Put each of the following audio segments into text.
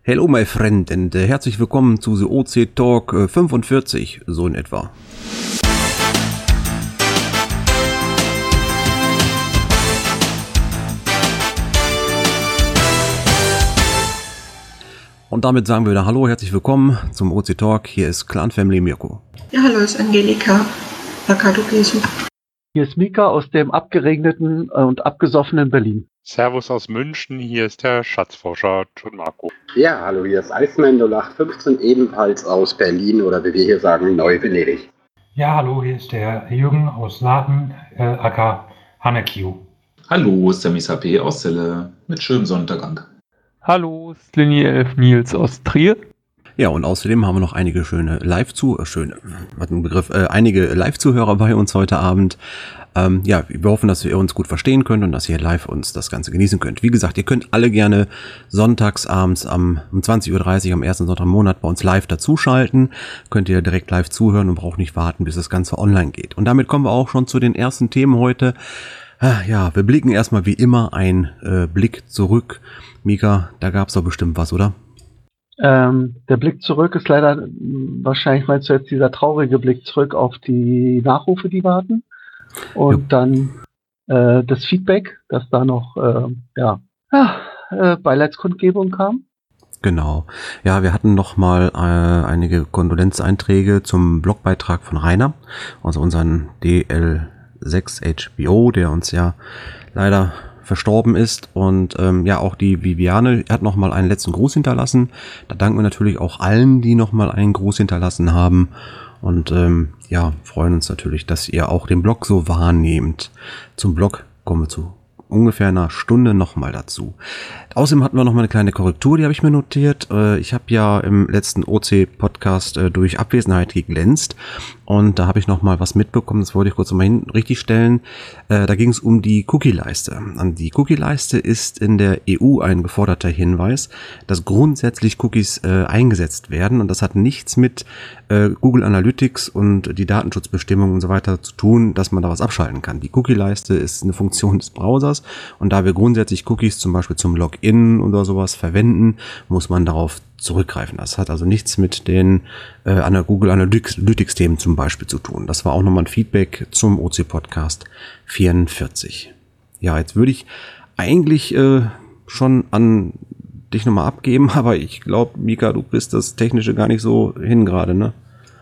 Hello my friend and herzlich willkommen zu The OC Talk 45, so in etwa. Und damit sagen wir wieder Hallo, herzlich willkommen zum OC Talk. Hier ist Clan Family Mirko. Ja, hallo, ist Angelika. Hier ist Mika aus dem abgeregneten und abgesoffenen Berlin. Servus aus München, hier ist der Schatzforscher John Marco. Ja, hallo, hier ist Iceman 0815, ebenfalls aus Berlin oder wie wir hier sagen, Neu-Venedig. Ja, hallo, hier ist der Jürgen aus Laden, aka Hanekio. Hallo, ist der Misape aus Celle mit schönem Sonnenuntergang. Hallo, ist Linie 11 Nils aus Trier. Ja, und außerdem haben wir noch einige einige Live-Zuhörer bei uns heute Abend. Ja, wir hoffen, dass ihr uns gut verstehen könnt und dass ihr live uns das Ganze genießen könnt. Wie gesagt, ihr könnt alle gerne sonntags abends um 20:30 Uhr am ersten Sonntag im Monat bei uns live dazuschalten. Könnt ihr direkt live zuhören und braucht nicht warten, bis das Ganze online geht. Und damit kommen wir auch schon zu den ersten Themen heute. Ja, wir blicken erstmal wie immer einen Blick zurück. Mika, da gab's doch bestimmt was, oder? Der Blick zurück ist leider, wahrscheinlich meinst du jetzt dieser traurige Blick zurück auf die Nachrufe, die warten. Und dann das Feedback, dass da noch Beileidskundgebung kam. Genau. Ja, wir hatten noch mal einige Kondolenzeinträge zum Blogbeitrag von Rainer, also unseren DL6HBO, der uns ja leider verstorben ist. Und auch die Viviane hat noch mal einen letzten Gruß hinterlassen. Da danken wir natürlich auch allen, die noch mal einen Gruß hinterlassen haben. Und freuen uns natürlich, dass ihr auch den Blog so wahrnehmt. Zum Blog kommen wir zu ungefähr einer Stunde nochmal dazu. Außerdem hatten wir noch mal eine kleine Korrektur, die habe ich mir notiert. Ich habe ja im letzten OC-Podcast durch Abwesenheit geglänzt und da habe ich noch mal was mitbekommen, das wollte ich kurz nochmal richtig stellen. Da ging es um die Cookie-Leiste. Die Cookie-Leiste ist in der EU ein geforderter Hinweis, dass grundsätzlich Cookies eingesetzt werden und das hat nichts mit Google Analytics und die Datenschutzbestimmungen und so weiter zu tun, dass man da was abschalten kann. Die Cookie-Leiste ist eine Funktion des Browsers und da wir grundsätzlich Cookies zum Beispiel zum Login oder sowas verwenden, muss man darauf zurückgreifen. Das hat also nichts mit den Google Analytics-Themen zum Beispiel zu tun. Das war auch nochmal ein Feedback zum OC-Podcast 44. Ja, jetzt würde ich eigentlich schon an dich nochmal abgeben, aber ich glaube, Mika, du bist das Technische gar nicht so hin gerade, ne?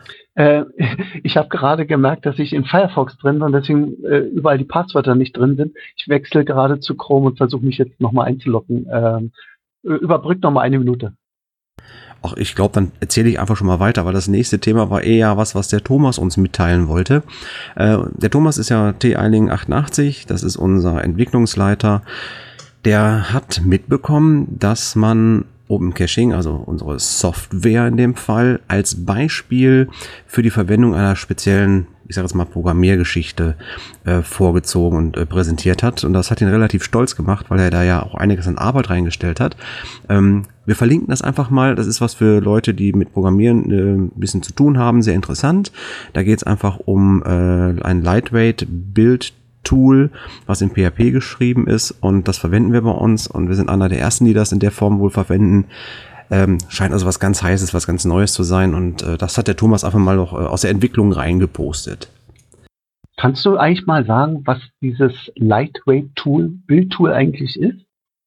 Ich habe gerade gemerkt, dass ich in Firefox drin bin und deswegen überall die Passwörter nicht drin sind. Ich wechsle gerade zu Chrome und versuche mich jetzt nochmal einzuloggen. Überbrückt nochmal eine Minute. Ach, ich glaube, dann erzähle ich einfach schon mal weiter, weil das nächste Thema war eher was der Thomas uns mitteilen wollte. Der Thomas ist ja T-Eiling88, das ist unser Entwicklungsleiter. Der hat mitbekommen, dass man Open Caching, also unsere Software in dem Fall, als Beispiel für die Verwendung einer speziellen, ich sage jetzt mal, Programmiergeschichte vorgezogen und präsentiert hat. Und das hat ihn relativ stolz gemacht, weil er da ja auch einiges an Arbeit reingestellt hat. Wir verlinken das einfach mal. Das ist was für Leute, die mit Programmieren ein bisschen zu tun haben. Sehr interessant. Da geht es einfach um ein Lightweight-Build-Tool, was in PHP geschrieben ist, und das verwenden wir bei uns und wir sind einer der ersten, die das in der Form wohl verwenden. Scheint also was ganz Heißes, was ganz Neues zu sein und das hat der Thomas einfach mal noch aus der Entwicklung reingepostet. Kannst du eigentlich mal sagen, was dieses Lightweight-Tool, Build-Tool eigentlich ist?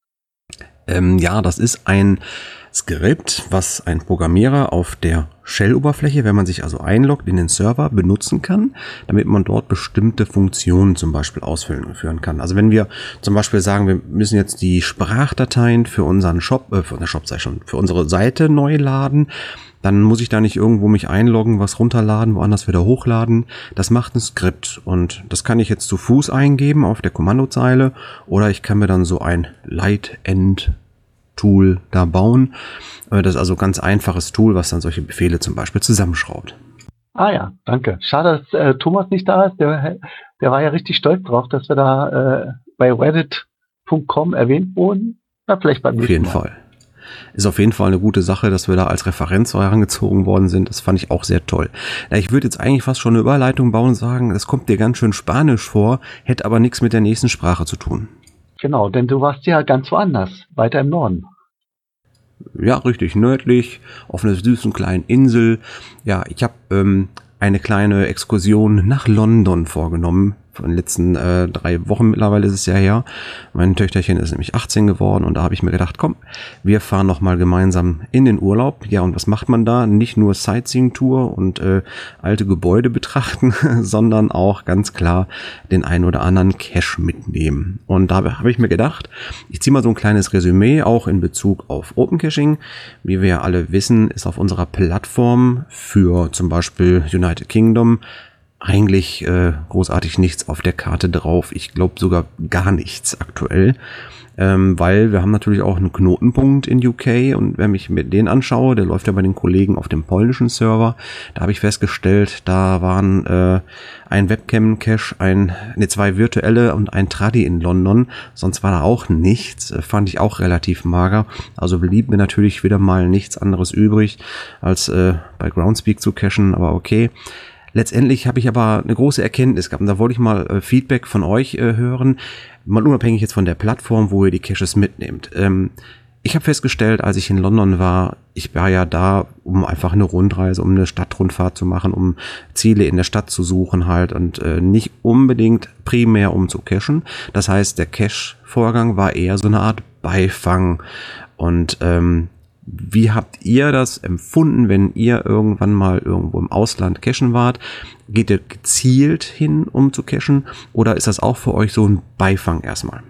Ja, das ist ein Skript, was ein Programmierer auf der Shell-Oberfläche, wenn man sich also einloggt in den Server, benutzen kann, damit man dort bestimmte Funktionen zum Beispiel ausführen kann. Also wenn wir zum Beispiel sagen, wir müssen jetzt die Sprachdateien für unseren für unsere Seite neu laden, dann muss ich da nicht irgendwo mich einloggen, was runterladen, woanders wieder hochladen. Das macht ein Skript und das kann ich jetzt zu Fuß eingeben auf der Kommandozeile oder ich kann mir dann so ein Light-End-Tool da bauen. Das ist also ein ganz einfaches Tool, was dann solche Befehle zum Beispiel zusammenschraubt. Ah ja, danke. Schade, dass Thomas nicht da ist. Der war ja richtig stolz drauf, dass wir da bei reddit.com erwähnt wurden. Na, vielleicht beim nächsten Mal. Auf jeden Fall. Ist auf jeden Fall eine gute Sache, dass wir da als Referenz herangezogen worden sind. Das fand ich auch sehr toll. Ja, ich würde jetzt eigentlich fast schon eine Überleitung bauen und sagen, das kommt dir ganz schön spanisch vor, hätte aber nichts mit der nächsten Sprache zu tun. Genau, denn du warst ja ganz woanders, weiter im Norden. Ja, richtig, nördlich, auf einer süßen kleinen Insel. Ja, ich habe eine kleine Exkursion nach London vorgenommen. Von den letzten 3 Wochen mittlerweile ist es ja her. Mein Töchterchen ist nämlich 18 geworden und da habe ich mir gedacht, komm, wir fahren noch mal gemeinsam in den Urlaub. Ja, und was macht man da? Nicht nur Sightseeing-Tour und alte Gebäude betrachten, sondern auch ganz klar den ein oder anderen Cache mitnehmen. Und da habe ich mir gedacht, ich ziehe mal so ein kleines Resümee, auch in Bezug auf Open Caching. Wie wir ja alle wissen, ist auf unserer Plattform für zum Beispiel United Kingdom eigentlich großartig nichts auf der Karte drauf. Ich glaube sogar gar nichts aktuell, weil wir haben natürlich auch einen Knotenpunkt in UK und wenn ich mir den anschaue, der läuft ja bei den Kollegen auf dem polnischen Server, da habe ich festgestellt, da waren ein Webcam-Cache, 2 virtuelle und ein Tradi in London, sonst war da auch nichts, fand ich auch relativ mager, also blieb mir natürlich wieder mal nichts anderes übrig, als bei Groundspeak zu cachen, aber okay. Letztendlich habe ich aber eine große Erkenntnis gehabt und da wollte ich mal Feedback von euch hören, mal unabhängig jetzt von der Plattform, wo ihr die Caches mitnehmt. Ich habe festgestellt, als ich in London war, ich war ja da, um einfach eine Rundreise, um eine Stadtrundfahrt zu machen, um Ziele in der Stadt zu suchen halt und nicht unbedingt primär um zu cachen. Das heißt, der Cache-Vorgang war eher so eine Art Beifang und wie habt ihr das empfunden, wenn ihr irgendwann mal irgendwo im Ausland cachen wart? Geht ihr gezielt hin, um zu cachen? Oder ist das auch für euch so ein Beifang erstmal?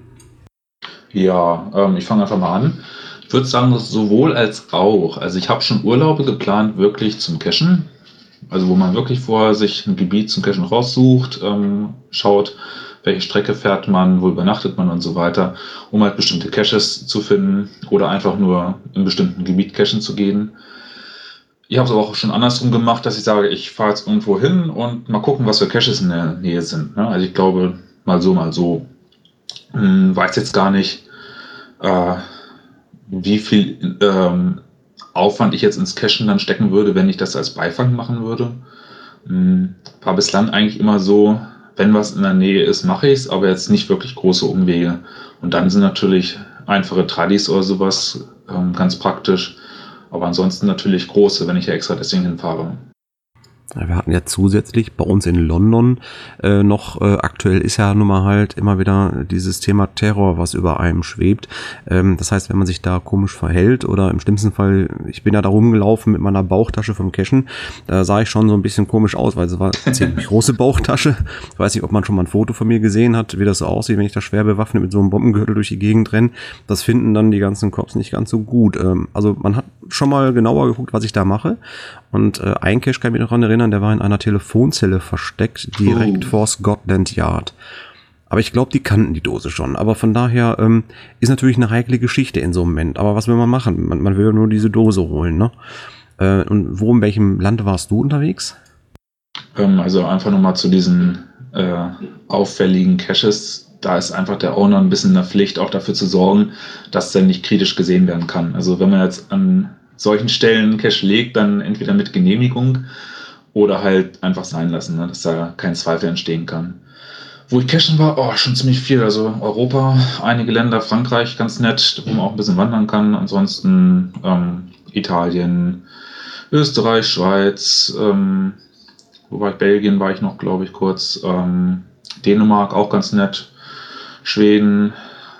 Ja, ich fange einfach mal an. Ich würde sagen, sowohl als auch. Also ich habe schon Urlaube geplant, wirklich zum Cachen. Also wo man wirklich vorher sich ein Gebiet zum Cachen raussucht, schaut, welche Strecke fährt man, wo übernachtet man und so weiter, um halt bestimmte Caches zu finden oder einfach nur in bestimmten Gebiet cachen zu gehen. Ich habe es aber auch schon andersrum gemacht, dass ich sage, ich fahre jetzt irgendwo hin und mal gucken, was für Caches in der Nähe sind. Also ich glaube, mal so. Weiß jetzt gar nicht, wie viel Aufwand ich jetzt ins Cachen dann stecken würde, wenn ich das als Beifang machen würde. War bislang eigentlich immer so, wenn was in der Nähe ist, mache ich es, aber jetzt nicht wirklich große Umwege. Und dann sind natürlich einfache Tradis oder sowas ganz praktisch. Aber ansonsten natürlich große, wenn ich ja extra deswegen hinfahre. Wir hatten ja zusätzlich bei uns in London noch, aktuell ist ja nun mal halt immer wieder dieses Thema Terror, was über einem schwebt. Das heißt, wenn man sich da komisch verhält oder im schlimmsten Fall, ich bin ja da rumgelaufen mit meiner Bauchtasche vom Cachen, da sah ich schon so ein bisschen komisch aus, weil es war eine ziemlich große Bauchtasche. Ich weiß nicht, ob man schon mal ein Foto von mir gesehen hat, wie das so aussieht, wenn ich da schwer bewaffnet mit so einem Bombengürtel durch die Gegend renne. Das finden dann die ganzen Cops nicht ganz so gut. Also man hat schon mal genauer geguckt, was ich da mache. Und ein Cache kann ich mich noch daran erinnern, der war in einer Telefonzelle versteckt, direkt vor Scotland Yard. Aber ich glaube, die kannten die Dose schon. Aber von daher ist natürlich eine heikle Geschichte in so einem Moment. Aber was will man machen? Man will ja nur diese Dose holen, ne? Und wo, in welchem Land warst du unterwegs? Also einfach nochmal zu diesen auffälligen Caches. Da ist einfach der Owner ein bisschen in der Pflicht, auch dafür zu sorgen, dass der nicht kritisch gesehen werden kann. Also wenn man jetzt an solchen Stellen Cache legt, dann entweder mit Genehmigung oder halt einfach sein lassen, ne, dass da kein Zweifel entstehen kann. Wo ich cachen war, schon ziemlich viel. Also Europa, einige Länder, Frankreich ganz nett, wo man auch ein bisschen wandern kann. Ansonsten Italien, Österreich, Schweiz, wobei Belgien war ich noch, glaube ich, kurz. Dänemark auch ganz nett. Schweden,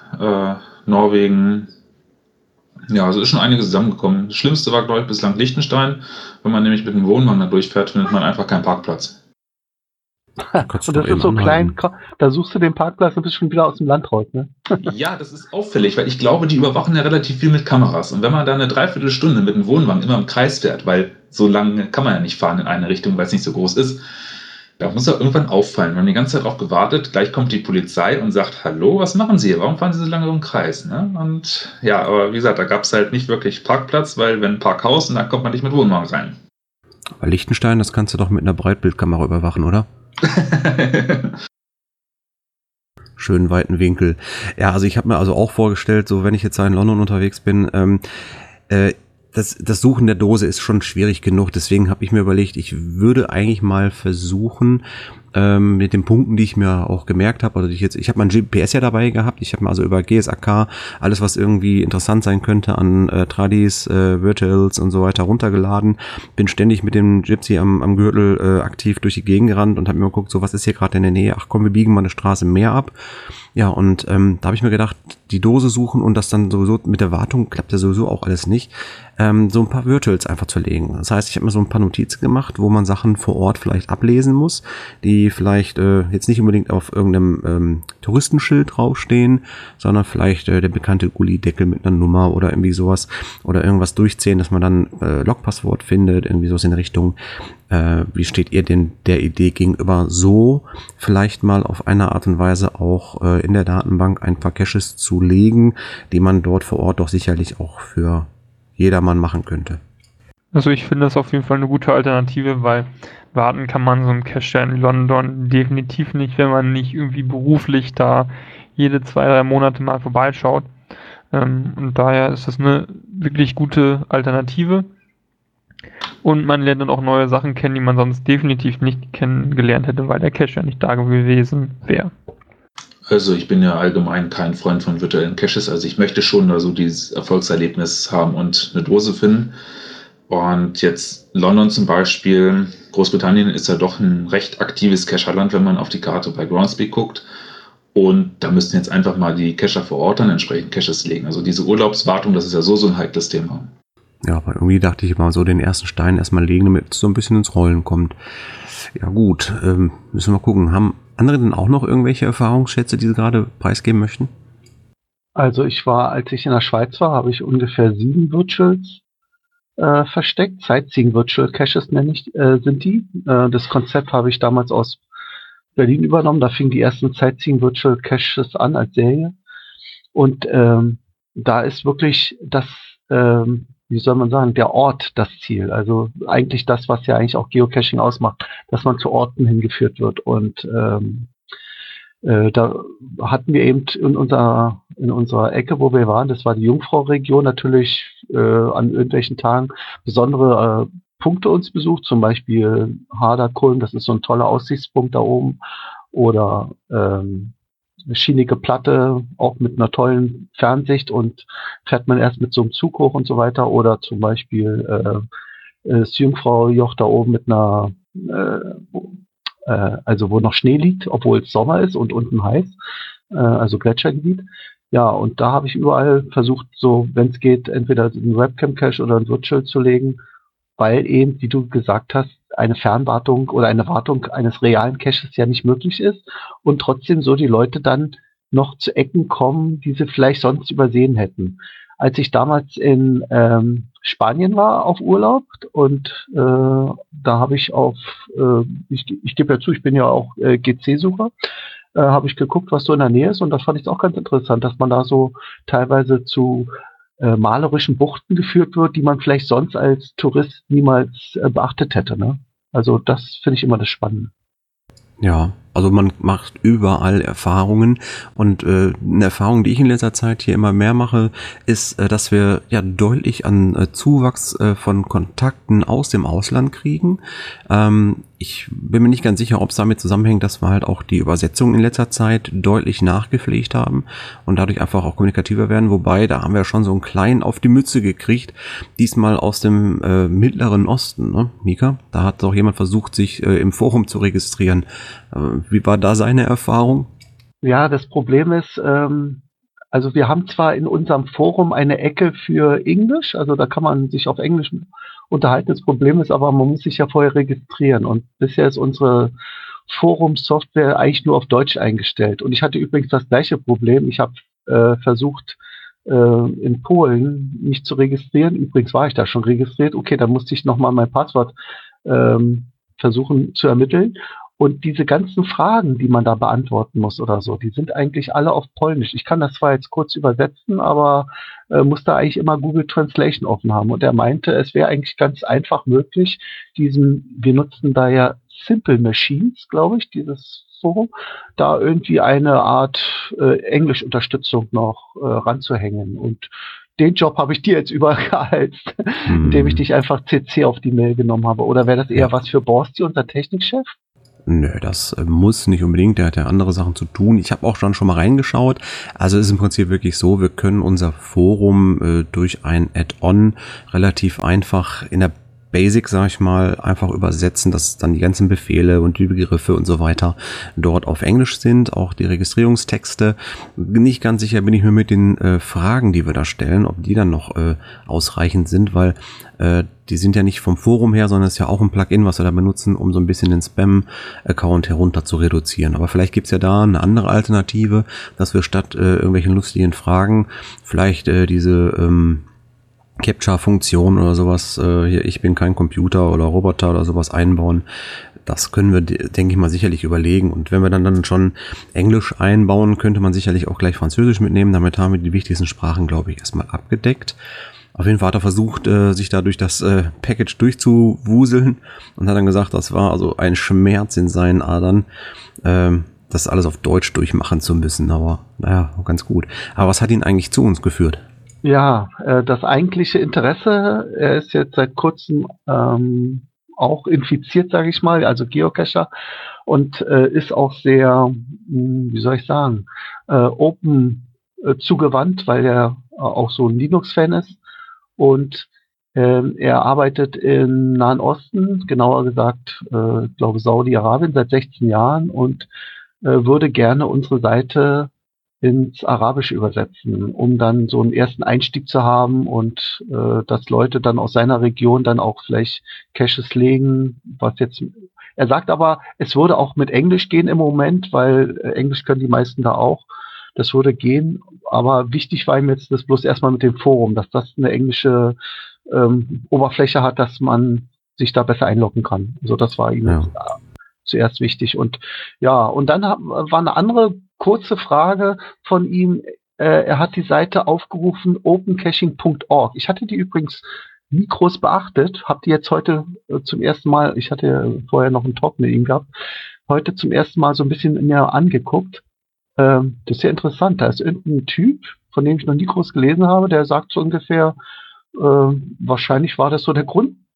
Norwegen. Ja, also ist schon einiges zusammengekommen. Das Schlimmste war, glaube ich, bislang Liechtenstein. Wenn man nämlich mit dem Wohnwagen da durchfährt, findet man einfach keinen Parkplatz. Und das ist so klein, da suchst du den Parkplatz und bist schon wieder aus dem Land raus, ne? Ja, das ist auffällig, weil ich glaube, die überwachen ja relativ viel mit Kameras. Und wenn man da eine Dreiviertelstunde mit dem Wohnwagen immer im Kreis fährt, weil so lange kann man ja nicht fahren in eine Richtung, weil es nicht so groß ist, da muss ja irgendwann auffallen. Wir haben die ganze Zeit drauf gewartet, gleich kommt die Polizei und sagt, hallo, was machen Sie hier? Warum fahren Sie so lange im Kreis? Ne? Und ja, aber wie gesagt, da gab es halt nicht wirklich Parkplatz, weil wenn Parkhaus, und da kommt man nicht mit Wohnwagen rein. Bei Liechtenstein, das kannst du doch mit einer Breitbildkamera überwachen, oder? Schönen weiten Winkel. Ja, also ich habe mir also auch vorgestellt, so wenn ich jetzt in London unterwegs bin, das Suchen der Dose ist schon schwierig genug, deswegen habe ich mir überlegt, ich würde eigentlich mal versuchen, mit den Punkten, die ich mir auch gemerkt habe, oder ich habe mein GPS ja dabei gehabt, ich habe mir also über GSAK alles, was irgendwie interessant sein könnte an Tradis, Virtuals und so weiter runtergeladen, bin ständig mit dem Gypsy am Gürtel aktiv durch die Gegend gerannt und habe mir geguckt, so was ist hier gerade in der Nähe, ach komm, wir biegen mal eine Straße mehr ab. Ja, und da habe ich mir gedacht, die Dose suchen und das dann sowieso mit der Wartung klappt ja sowieso auch alles nicht, so ein paar Virtuals einfach zu legen. Das heißt, ich habe mir so ein paar Notizen gemacht, wo man Sachen vor Ort vielleicht ablesen muss, die vielleicht jetzt nicht unbedingt auf irgendeinem Touristenschild draufstehen, sondern vielleicht der bekannte Gullideckel mit einer Nummer oder irgendwie sowas oder irgendwas durchzählen, dass man dann Logpasswort findet, irgendwie sowas in Richtung. Wie steht ihr denn der Idee gegenüber, so vielleicht mal auf eine Art und Weise auch in der Datenbank ein paar Caches zu legen, die man dort vor Ort doch sicherlich auch für jedermann machen könnte? Also ich finde das auf jeden Fall eine gute Alternative, weil warten kann man so einen Cache in London definitiv nicht, wenn man nicht irgendwie beruflich da jede 2-3 Monate mal vorbeischaut. Und daher ist das eine wirklich gute Alternative. Und man lernt dann auch neue Sachen kennen, die man sonst definitiv nicht kennengelernt hätte, weil der Cache ja nicht da gewesen wäre. Also ich bin ja allgemein kein Freund von virtuellen Caches, also ich möchte schon also dieses Erfolgserlebnis haben und eine Dose finden. Und jetzt London zum Beispiel, Großbritannien ist ja doch ein recht aktives Cacherland, wenn man auf die Karte bei Groundspeak guckt. Und da müssten jetzt einfach mal die Cacher vor Ort dann entsprechend Caches legen. Also diese Urlaubswartung, das ist ja so ein heikles Thema. Ja, aber irgendwie dachte ich mal, so den ersten Stein erstmal legen, damit es so ein bisschen ins Rollen kommt. Ja gut, müssen wir mal gucken. Haben andere denn auch noch irgendwelche Erfahrungsschätze, die sie gerade preisgeben möchten? Also als ich in der Schweiz war, habe ich ungefähr 7 Virtuals versteckt. Sightseeing Virtual Caches sind die. Das Konzept habe ich damals aus Berlin übernommen. Da fingen die ersten Sightseeing Virtual Caches an als Serie. Und da ist wirklich das wie soll man sagen, der Ort das Ziel. Also eigentlich das, was ja eigentlich auch Geocaching ausmacht, dass man zu Orten hingeführt wird. Und da hatten wir eben in unserer Ecke, wo wir waren, das war die Jungfrau-Region, natürlich an irgendwelchen Tagen besondere Punkte uns besucht, zum Beispiel Haderkulm, das ist so ein toller Aussichtspunkt da oben, oder eine schienige Platte, auch mit einer tollen Fernsicht, und fährt man erst mit so einem Zug hoch und so weiter, oder zum Beispiel das Jungfraujoch da oben mit einer, also wo noch Schnee liegt, obwohl es Sommer ist und unten heiß, also Gletschergebiet. Ja, und da habe ich überall versucht, so, wenn es geht, entweder einen Webcam-Cache oder ein Virtual zu legen, weil eben, wie du gesagt hast, eine Fernwartung oder eine Wartung eines realen Caches ja nicht möglich ist und trotzdem so die Leute dann noch zu Ecken kommen, die sie vielleicht sonst übersehen hätten. Als ich damals in Spanien war auf Urlaub und da habe ich ich gebe ja zu, ich bin ja auch GC-Sucher, habe ich geguckt, was so in der Nähe ist, und das fand ich auch ganz interessant, dass man da so teilweise zu malerischen Buchten geführt wird, die man vielleicht sonst als Tourist niemals beachtet hätte. Ne? Also das finde ich immer das Spannende. Ja, also man macht überall Erfahrungen, und eine Erfahrung, die ich in letzter Zeit hier immer mehr mache, ist, dass wir ja deutlich an Zuwachs von Kontakten aus dem Ausland kriegen. Ich bin mir nicht ganz sicher, ob es damit zusammenhängt, dass wir halt auch die Übersetzung in letzter Zeit deutlich nachgepflegt haben und dadurch einfach auch kommunikativer werden. Wobei, da haben wir schon so einen kleinen auf die Mütze gekriegt, diesmal aus dem Mittleren Osten, ne, Mika? Da hat doch jemand versucht, sich im Forum zu registrieren. Wie war da seine Erfahrung? Ja, das Problem ist, also wir haben zwar in unserem Forum eine Ecke für Englisch, also da kann man sich auf Englisch unterhalten. Das Problem ist aber, man muss sich ja vorher registrieren, und bisher ist unsere Forum-Software eigentlich nur auf Deutsch eingestellt. Und ich hatte übrigens das gleiche Problem. Ich habe versucht, in Polen mich zu registrieren. Übrigens war ich da schon registriert. Okay, dann musste ich nochmal mein Passwort versuchen zu ermitteln. Und diese ganzen Fragen, die man da beantworten muss oder so, die sind eigentlich alle auf Polnisch. Ich kann das zwar jetzt kurz übersetzen, aber muss da eigentlich immer Google Translation offen haben. Und er meinte, es wäre eigentlich ganz einfach möglich, wir nutzen da ja Simple Machines, glaube ich, dieses Forum, da irgendwie eine Art Englischunterstützung noch ranzuhängen. Und den Job habe ich dir jetzt übergehalten, indem ich dich einfach CC auf die Mail genommen habe. Oder wäre das eher was für Borsti, unser Technikchef? Nö, das muss nicht unbedingt, der hat ja andere Sachen zu tun. Ich habe auch schon mal reingeschaut. Also es ist im Prinzip wirklich so, wir können unser Forum durch ein Add-on relativ einfach in der Basic, sag ich mal, einfach übersetzen, dass dann die ganzen Befehle und die Begriffe und so weiter dort auf Englisch sind, auch die Registrierungstexte. Nicht ganz sicher bin ich mir mit den Fragen, die wir da stellen, ob die dann noch ausreichend sind, weil die sind ja nicht vom Forum her, sondern es ist ja auch ein Plugin, was wir da benutzen, um so ein bisschen den Spam-Account herunter zu reduzieren. Aber vielleicht gibt's ja da eine andere Alternative, dass wir statt irgendwelchen lustigen Fragen vielleicht diese Capture-Funktion oder sowas, hier, ich bin kein Computer oder Roboter oder sowas einbauen. Das können wir, denke ich mal, sicherlich überlegen. Und wenn wir dann schon Englisch einbauen, könnte man sicherlich auch gleich Französisch mitnehmen. Damit haben wir die wichtigsten Sprachen, glaube ich, erstmal abgedeckt. Auf jeden Fall hat er versucht, sich da durch das Package durchzuwuseln und hat dann gesagt, das war also ein Schmerz in seinen Adern, das alles auf Deutsch durchmachen zu müssen. Aber naja, ganz gut. Aber was hat ihn eigentlich zu uns geführt? Ja, das eigentliche Interesse, er ist jetzt seit kurzem auch infiziert, sage ich mal, also Geocacher, und ist auch sehr, wie soll ich sagen, open zugewandt, weil er auch so ein Linux-Fan ist. Und er arbeitet im Nahen Osten, genauer gesagt, glaube Saudi-Arabien, seit 16 Jahren und würde gerne unsere Seite ins Arabische übersetzen, um dann so einen ersten Einstieg zu haben und dass Leute dann aus seiner Region dann auch vielleicht Caches legen, was jetzt, er sagt aber, es würde auch mit Englisch gehen im Moment, weil Englisch können die meisten da auch, das würde gehen, aber wichtig war ihm jetzt das bloß erstmal mit dem Forum, dass das eine englische Oberfläche hat, dass man sich da besser einloggen kann. Also das war ihm zuerst wichtig. Und ja, und dann war eine andere kurze Frage von ihm. Er hat die Seite aufgerufen, opencaching.org. Ich hatte die übrigens nie groß beachtet, habe die jetzt heute zum ersten Mal, ich hatte vorher noch einen Talk mit ihm gehabt, heute zum ersten Mal so ein bisschen näher angeguckt. Das ist ja interessant. Da ist irgendein Typ, von dem ich noch nie groß gelesen habe, der sagt so ungefähr, wahrscheinlich war das so der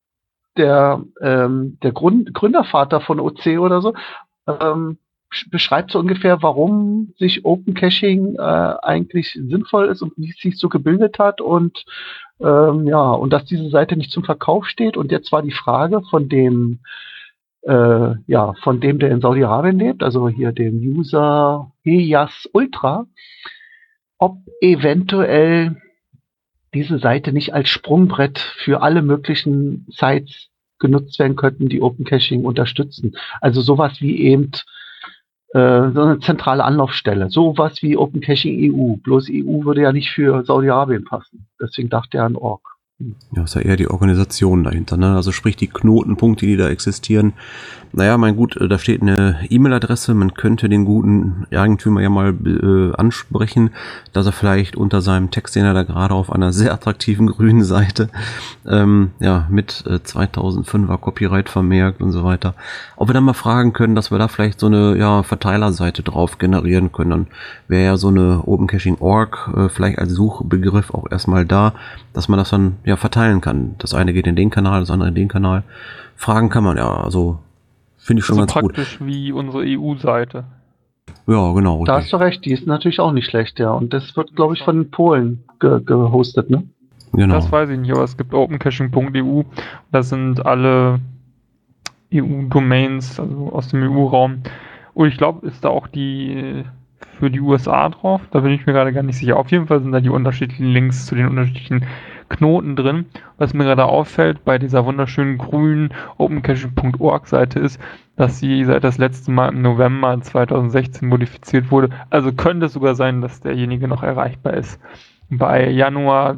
Gründervater von OC oder so, beschreibt so ungefähr, warum sich Open Caching eigentlich sinnvoll ist und wie es sich so gebildet hat und und dass diese Seite nicht zum Verkauf steht. Und jetzt war die Frage von dem, der in Saudi-Arabien lebt, also hier dem User Heyas Ultra, ob eventuell diese Seite nicht als Sprungbrett für alle möglichen Sites genutzt werden könnten, die Open Caching unterstützen. Also sowas wie eben so eine zentrale Anlaufstelle. Sowas wie Open Caching EU. Bloß EU würde ja nicht für Saudi-Arabien passen. Deswegen dachte er an Org. Ja, ist ja eher die Organisation dahinter, ne? Also sprich die Knotenpunkte, die da existieren. Naja, mein gut, da steht eine E-Mail-Adresse, man könnte den guten Eigentümer ja mal ansprechen, dass er vielleicht unter seinem Text, den er da gerade auf einer sehr attraktiven grünen Seite mit 2005er Copyright vermerkt und so weiter, ob wir dann mal fragen können, dass wir da vielleicht so eine Verteilerseite drauf generieren können. Dann wäre ja so eine OpenCaching.org vielleicht als Suchbegriff auch erstmal da, dass man das dann verteilen kann. Das eine geht in den Kanal, das andere in den Kanal. Fragen kann man also finde ich schon ganz gut. Praktisch wie unsere EU-Seite. Ja, genau. Da hast du recht, die ist natürlich auch nicht schlecht, ja. Und das wird, glaube ich, von den Polen gehostet, ne? Genau. Das weiß ich nicht, aber es gibt opencaching.eu. Das sind alle EU-Domains, also aus dem EU-Raum. Und ich glaube, ist da auch die für die USA drauf. Da bin ich mir gerade gar nicht sicher. Auf jeden Fall sind da die unterschiedlichen Links zu den unterschiedlichen Knoten drin. Was mir gerade auffällt bei dieser wunderschönen grünen opencaching.org Seite ist, dass sie seit das letzte Mal im November 2016 modifiziert wurde. Also könnte es sogar sein, dass derjenige noch erreichbar ist. Bei Januar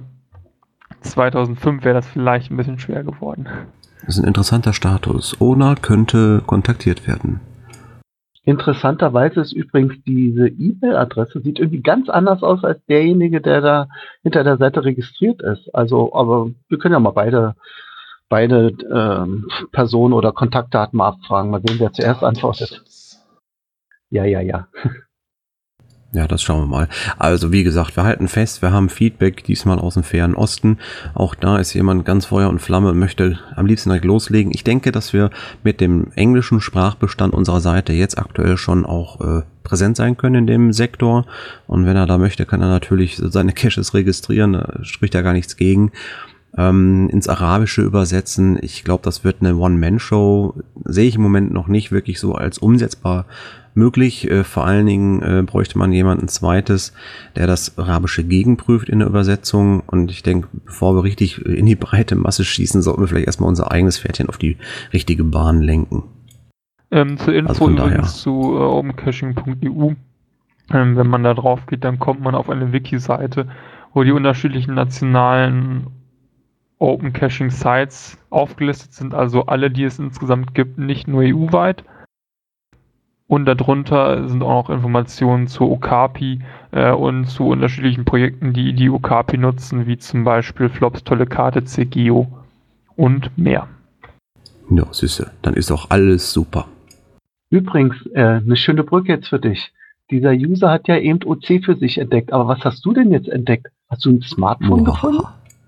2005 wäre das vielleicht ein bisschen schwer geworden. Das ist ein interessanter Status. Owner könnte kontaktiert werden. Interessanterweise ist übrigens diese E-Mail-Adresse sieht irgendwie ganz anders aus als derjenige, der da hinter der Seite registriert ist. Also, aber wir können ja mal beide Personen oder Kontaktdaten mal abfragen. Mal sehen, wer zuerst antwortet. Ja. Ja, das schauen wir mal. Also wie gesagt, wir halten fest, wir haben Feedback diesmal aus dem fernen Osten. Auch da ist jemand ganz Feuer und Flamme und möchte am liebsten direkt loslegen. Ich denke, dass wir mit dem englischen Sprachbestand unserer Seite jetzt aktuell schon auch präsent sein können in dem Sektor. Und wenn er da möchte, kann er natürlich seine Caches registrieren. Da spricht ja gar nichts gegen. Ins Arabische übersetzen. Ich glaube, das wird eine One-Man-Show. Sehe ich im Moment noch nicht wirklich so als umsetzbar möglich. Vor allen Dingen bräuchte man jemanden zweites, der das Arabische gegenprüft in der Übersetzung. Und ich denke, bevor wir richtig in die breite Masse schießen, sollten wir vielleicht erstmal unser eigenes Pferdchen auf die richtige Bahn lenken. Zur Info übrigens zu opencaching.eu. Wenn man da drauf geht, dann kommt man auf eine Wiki-Seite, wo die unterschiedlichen nationalen Open Caching Sites aufgelistet sind, also alle, die es insgesamt gibt, nicht nur EU-weit. Und darunter sind auch noch Informationen zu Okapi und zu unterschiedlichen Projekten, die die Okapi nutzen, wie zum Beispiel Flops tolle Karte, CGeo und mehr. Ja, süße, dann ist auch alles super. Übrigens, eine schöne Brücke jetzt für dich. Dieser User hat ja eben OC für sich entdeckt, aber was hast du denn jetzt entdeckt? Hast du ein Smartphone gefunden?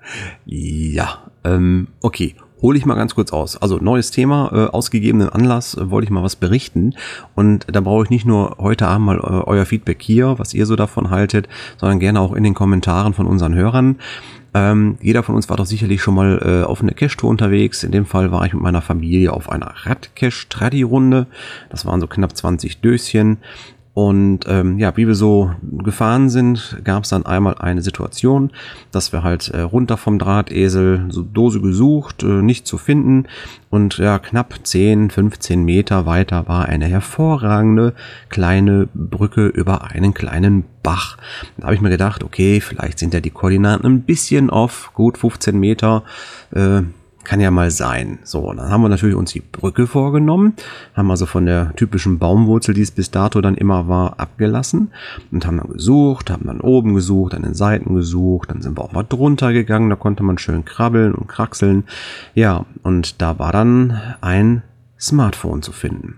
Ja, okay. Hole ich mal ganz kurz aus. Also neues Thema, ausgegebenen Anlass wollte ich mal was berichten. Und da brauche ich nicht nur heute Abend mal euer Feedback hier, was ihr so davon haltet, sondern gerne auch in den Kommentaren von unseren Hörern. Jeder von uns war doch sicherlich schon mal auf einer Cache-Tour unterwegs. In dem Fall war ich mit meiner Familie auf einer Rad-Cache-Tradi-Runde. Das waren so knapp 20 Döschen. Und ja, wie wir so gefahren sind, gab es dann einmal eine Situation, dass wir halt runter vom Drahtesel so Dose gesucht, nicht zu finden. Und ja, knapp 10, 15 Meter weiter war eine hervorragende kleine Brücke über einen kleinen Bach. Da habe ich mir gedacht, okay, vielleicht sind ja die Koordinaten ein bisschen off, gut 15 Meter, kann ja mal sein. So, dann haben wir natürlich uns die Brücke vorgenommen, haben also von der typischen Baumwurzel, die es bis dato dann immer war, abgelassen und haben dann gesucht, haben dann oben gesucht, an den Seiten gesucht, dann sind wir auch mal drunter gegangen, da konnte man schön krabbeln und kraxeln. Ja, und da war dann ein Smartphone zu finden.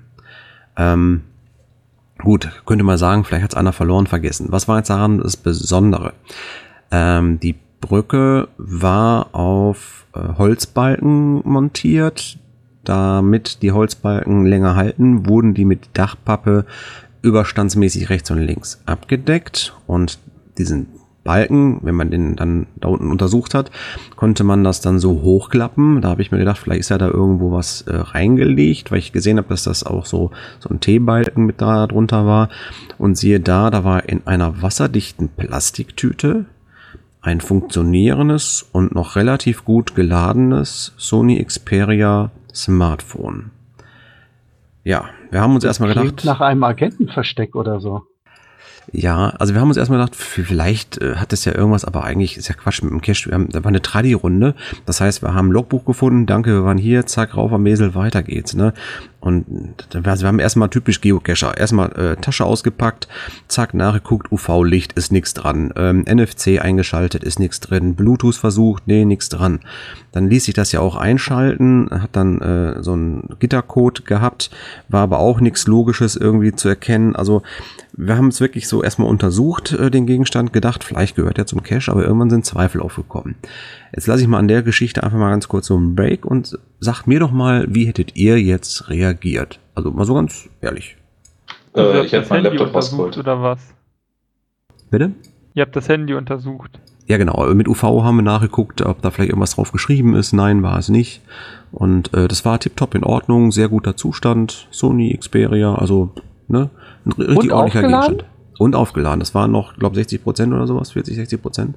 Gut, könnte man sagen, vielleicht hat es einer verloren, vergessen. Was war jetzt daran das Besondere? Die Brücke war auf Holzbalken montiert. Damit die Holzbalken länger halten, wurden die mit Dachpappe überstandsmäßig rechts und links abgedeckt. Und diesen Balken, wenn man den dann da unten untersucht hat, konnte man das dann so hochklappen. Da habe ich mir gedacht, vielleicht ist ja da irgendwo was reingelegt, weil ich gesehen habe, dass das auch so ein T-Balken mit da drunter war. Und siehe da war in einer wasserdichten Plastiktüte ein funktionierendes und noch relativ gut geladenes Sony Xperia Smartphone. Ja, wir haben uns erstmal gedacht, nach einem Agentenversteck oder so. Ja, also wir haben uns erstmal gedacht, vielleicht hat es ja irgendwas, aber eigentlich ist ja Quatsch mit dem Cache. Da war eine Tradi-Runde. Das heißt, wir haben ein Logbuch gefunden, danke, wir waren hier, zack, rauf am Mesel, weiter geht's, ne? Und also wir haben erstmal typisch Geocacher, erstmal Tasche ausgepackt, zack, nachgeguckt, UV-Licht, ist nichts dran, NFC eingeschaltet, ist nichts drin, Bluetooth versucht, nee, nichts dran. Dann ließ sich das ja auch einschalten, hat dann so einen Gittercode gehabt, war aber auch nichts Logisches irgendwie zu erkennen. Also wir haben es wirklich so erstmal untersucht, den Gegenstand, gedacht, vielleicht gehört er zum Cache, aber irgendwann sind Zweifel aufgekommen. Jetzt lasse ich mal an der Geschichte einfach mal ganz kurz so einen Break und sagt mir doch mal, wie hättet ihr jetzt reagiert? Also mal so ganz ehrlich. Ich hätte mein Laptop rausgeholt. Oder was? Bitte? Ihr habt das Handy untersucht. Ja genau, mit UV haben wir nachgeguckt, ob da vielleicht irgendwas drauf geschrieben ist. Nein, war es nicht. Und das war tipptopp in Ordnung, sehr guter Zustand. Sony Xperia, also ne, ein richtig ordentlicher Gegenstand. Und aufgeladen. Das waren noch, glaube ich, 60% oder sowas, 40-60%.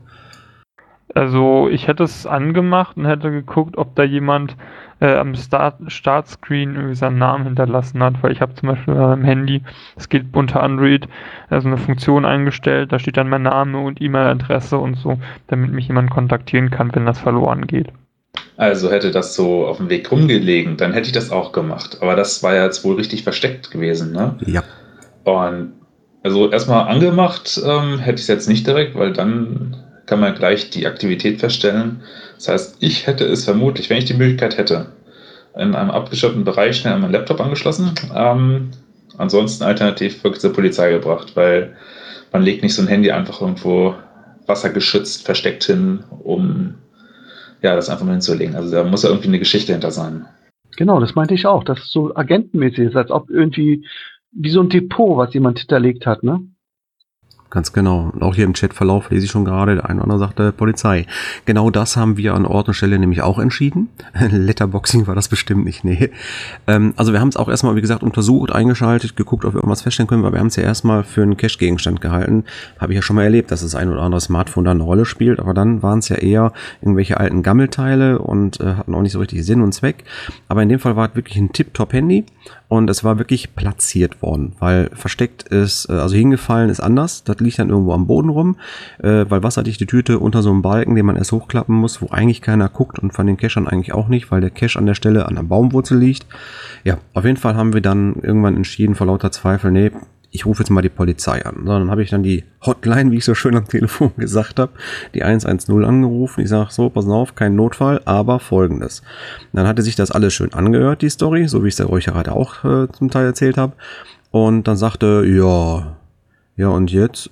Also ich hätte es angemacht und hätte geguckt, ob da jemand am Startscreen irgendwie seinen Namen hinterlassen hat, weil ich habe zum Beispiel im Handy, es geht unter Android, also eine Funktion eingestellt, da steht dann mein Name und E-Mail-Adresse und so, damit mich jemand kontaktieren kann, wenn das verloren geht. Also hätte das so auf dem Weg rumgelegen, dann hätte ich das auch gemacht. Aber das war ja jetzt wohl richtig versteckt gewesen, ne? Ja. Und also erstmal angemacht hätte ich es jetzt nicht direkt, weil dann kann man gleich die Aktivität feststellen. Das heißt, ich hätte es vermutlich, wenn ich die Möglichkeit hätte, in einem abgeschotteten Bereich schnell an meinen Laptop angeschlossen. Ansonsten alternativ wirklich zur Polizei gebracht, weil man legt nicht so ein Handy einfach irgendwo wassergeschützt versteckt hin, um das einfach nur hinzulegen. Also da muss ja irgendwie eine Geschichte hinter sein. Genau, das meinte ich auch, dass es so agentenmäßig ist, als ob irgendwie wie so ein Depot, was jemand hinterlegt hat, ne? Ganz genau. Und auch hier im Chatverlauf lese ich schon gerade, der eine oder andere sagte Polizei. Genau das haben wir an Ort und Stelle nämlich auch entschieden. Letterboxing war das bestimmt nicht, nee. Also wir haben es auch erstmal, wie gesagt, untersucht, eingeschaltet, geguckt, ob wir irgendwas feststellen können, weil wir haben es ja erstmal für einen Cache-Gegenstand gehalten. Habe ich ja schon mal erlebt, dass das ein oder andere Smartphone da eine Rolle spielt, aber dann waren es ja eher irgendwelche alten Gammelteile und hatten auch nicht so richtig Sinn und Zweck. Aber in dem Fall war es wirklich ein Tip-Top-Handy. Und es war wirklich platziert worden, weil versteckt ist, also hingefallen ist anders. Das liegt dann irgendwo am Boden rum, weil wasserdichte Tüte unter so einem Balken, den man erst hochklappen muss, wo eigentlich keiner guckt und von den Cachern eigentlich auch nicht, weil der Cache an der Stelle an der Baumwurzel liegt. Ja, auf jeden Fall haben wir dann irgendwann entschieden, vor lauter Zweifel, nee, ich rufe jetzt mal die Polizei an. So, dann habe ich dann die Hotline, wie ich so schön am Telefon gesagt habe, die 110 angerufen. Ich sage so, pass auf, kein Notfall, aber Folgendes. Dann hatte sich das alles schön angehört, die Story, so wie ich es euch ja gerade auch zum Teil erzählt habe. Und dann sagte, ja und jetzt,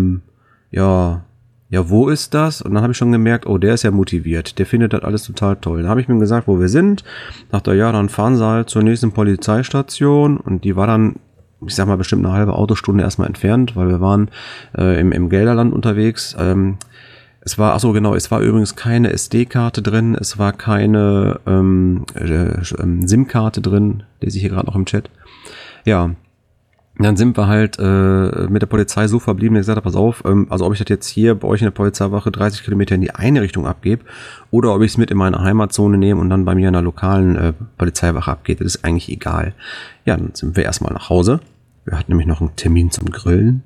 ja, wo ist das? Und dann habe ich schon gemerkt, oh, der ist ja motiviert, der findet das alles total toll. Dann habe ich mir gesagt, wo wir sind. Dachte, ja, dann fahren sie halt zur nächsten Polizeistation. Und die war dann, ich sag mal, bestimmt eine halbe Autostunde erstmal entfernt, weil wir waren im Gelderland unterwegs. Es war übrigens keine SD-Karte drin, es war keine SIM-Karte drin, lese ich hier gerade noch im Chat. Ja, dann sind wir halt mit der Polizei so verblieben, dass ich gesagt habe, pass auf, also ob ich das jetzt hier bei euch in der Polizeiwache 30 Kilometer in die eine Richtung abgebe oder ob ich es mit in meine Heimatzone nehme und dann bei mir in der lokalen Polizeiwache abgeht, das ist eigentlich egal. Ja, dann sind wir erstmal nach Hause. Wir hatten nämlich noch einen Termin zum Grillen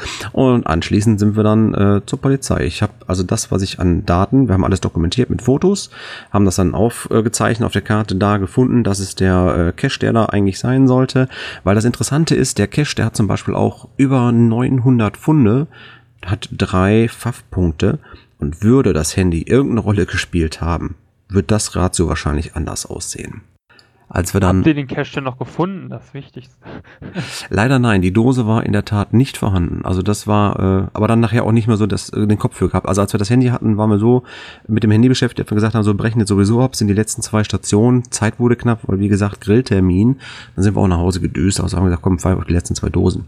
und anschließend sind wir dann zur Polizei. Ich habe also das, was ich an Daten, wir haben alles dokumentiert mit Fotos, haben das dann aufgezeichnet auf der Karte da gefunden, das ist der Cache, der da eigentlich sein sollte, weil das Interessante ist, der Cache, der hat zum Beispiel auch über 900 Funde, hat 3 Pfaff-Punkte und würde das Handy irgendeine Rolle gespielt haben, wird das Ratio wahrscheinlich anders aussehen. Als wir dann, habt ihr den Cache denn noch gefunden? Das Wichtigste. Leider nein, die Dose war in der Tat nicht vorhanden. Also das war, aber dann nachher auch nicht mehr so den Kopf für gehabt. Also als wir das Handy hatten, waren wir so mit dem Handy beschäftigt, dass wir gesagt haben, so brechen jetzt sowieso ab, sind die letzten 2 Stationen, Zeit wurde knapp, weil wie gesagt, Grilltermin. Dann sind wir auch nach Hause gedöst, also haben wir gesagt, komm, fahr auf die letzten 2 Dosen.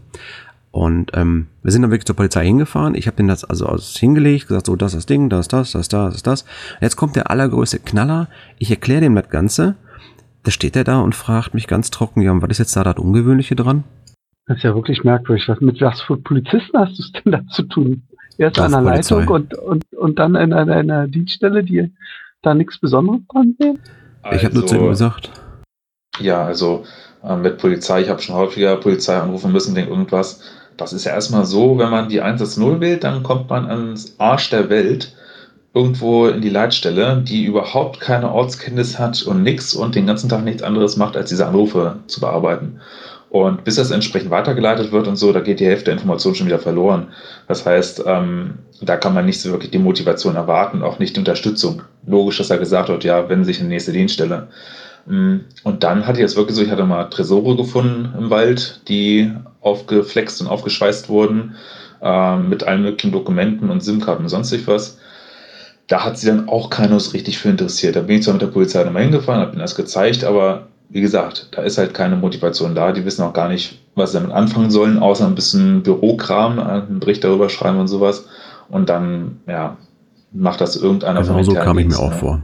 Und wir sind dann wirklich zur Polizei hingefahren. Ich habe denen das also hingelegt, gesagt, so, das ist das Ding, das ist das. Jetzt kommt der allergrößte Knaller. Ich erkläre dem das Ganze. Da steht er da und fragt mich ganz trocken, ja, was ist jetzt da das Ungewöhnliche dran? Das ist ja wirklich merkwürdig. Mit was für Polizisten hast du es denn da zu tun? Erst an der Leitung und dann in einer Dienststelle, die da nichts Besonderes dran sehen? Ich habe nur zu ihm gesagt. Ja, also mit Polizei, ich habe schon häufiger Polizei anrufen müssen wegen irgendwas. Das ist ja erstmal so, wenn man die 110 wählt, dann kommt man ans Arsch der Welt. Irgendwo in die Leitstelle, die überhaupt keine Ortskenntnis hat und nix und den ganzen Tag nichts anderes macht, als diese Anrufe zu bearbeiten. Und bis das entsprechend weitergeleitet wird und so, da geht die Hälfte der Information schon wieder verloren. Das heißt, da kann man nicht so wirklich die Motivation erwarten, auch nicht die Unterstützung. Logisch, dass er gesagt hat, ja, wenden sich in die nächste Dienststelle. Und dann hatte ich es wirklich so, ich hatte mal Tresore gefunden im Wald, die aufgeflext und aufgeschweißt wurden, mit allen möglichen Dokumenten und SIM-Karten und sonstig was. Da hat sie dann auch keiner so richtig für interessiert. Da bin ich zwar mit der Polizei nochmal hingefahren, habe ihnen das gezeigt, aber wie gesagt, da ist halt keine Motivation da. Die wissen auch gar nicht, was sie damit anfangen sollen, außer ein bisschen Bürokram, einen Bericht darüber schreiben und sowas. Und dann, ja, macht das irgendeiner von den so kam ich mir auch vor.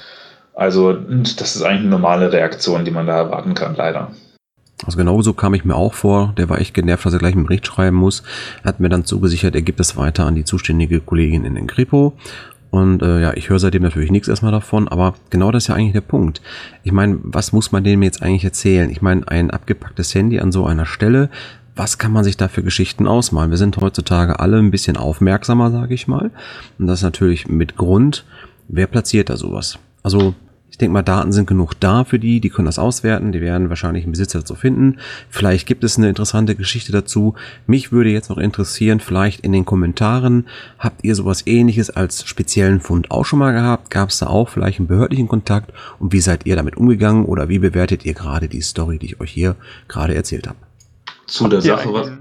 Also, das ist eigentlich eine normale Reaktion, die man da erwarten kann, leider. Also genauso kam ich mir auch vor. Der war echt genervt, dass er gleich einen Bericht schreiben muss. Hat mir dann zugesichert, er gibt es weiter an die zuständige Kollegin in den Kripo. Und ja, ich höre seitdem natürlich nichts erstmal davon, aber genau das ist ja eigentlich der Punkt. Ich meine, was muss man denen jetzt eigentlich erzählen? Ich meine, ein abgepacktes Handy an so einer Stelle, was kann man sich da für Geschichten ausmalen? Wir sind heutzutage alle ein bisschen aufmerksamer, sage ich mal. Und das natürlich mit Grund. Wer platziert da sowas? Also ich denke mal, Daten sind genug da für die können das auswerten, die werden wahrscheinlich einen Besitzer dazu finden. Vielleicht gibt es eine interessante Geschichte dazu. Mich würde jetzt noch interessieren, vielleicht in den Kommentaren, habt ihr sowas Ähnliches als speziellen Fund auch schon mal gehabt? Gab es da auch vielleicht einen behördlichen Kontakt? Und wie seid ihr damit umgegangen? Oder wie bewertet ihr gerade die Story, die ich euch hier gerade erzählt habe? Zu der Sache, was...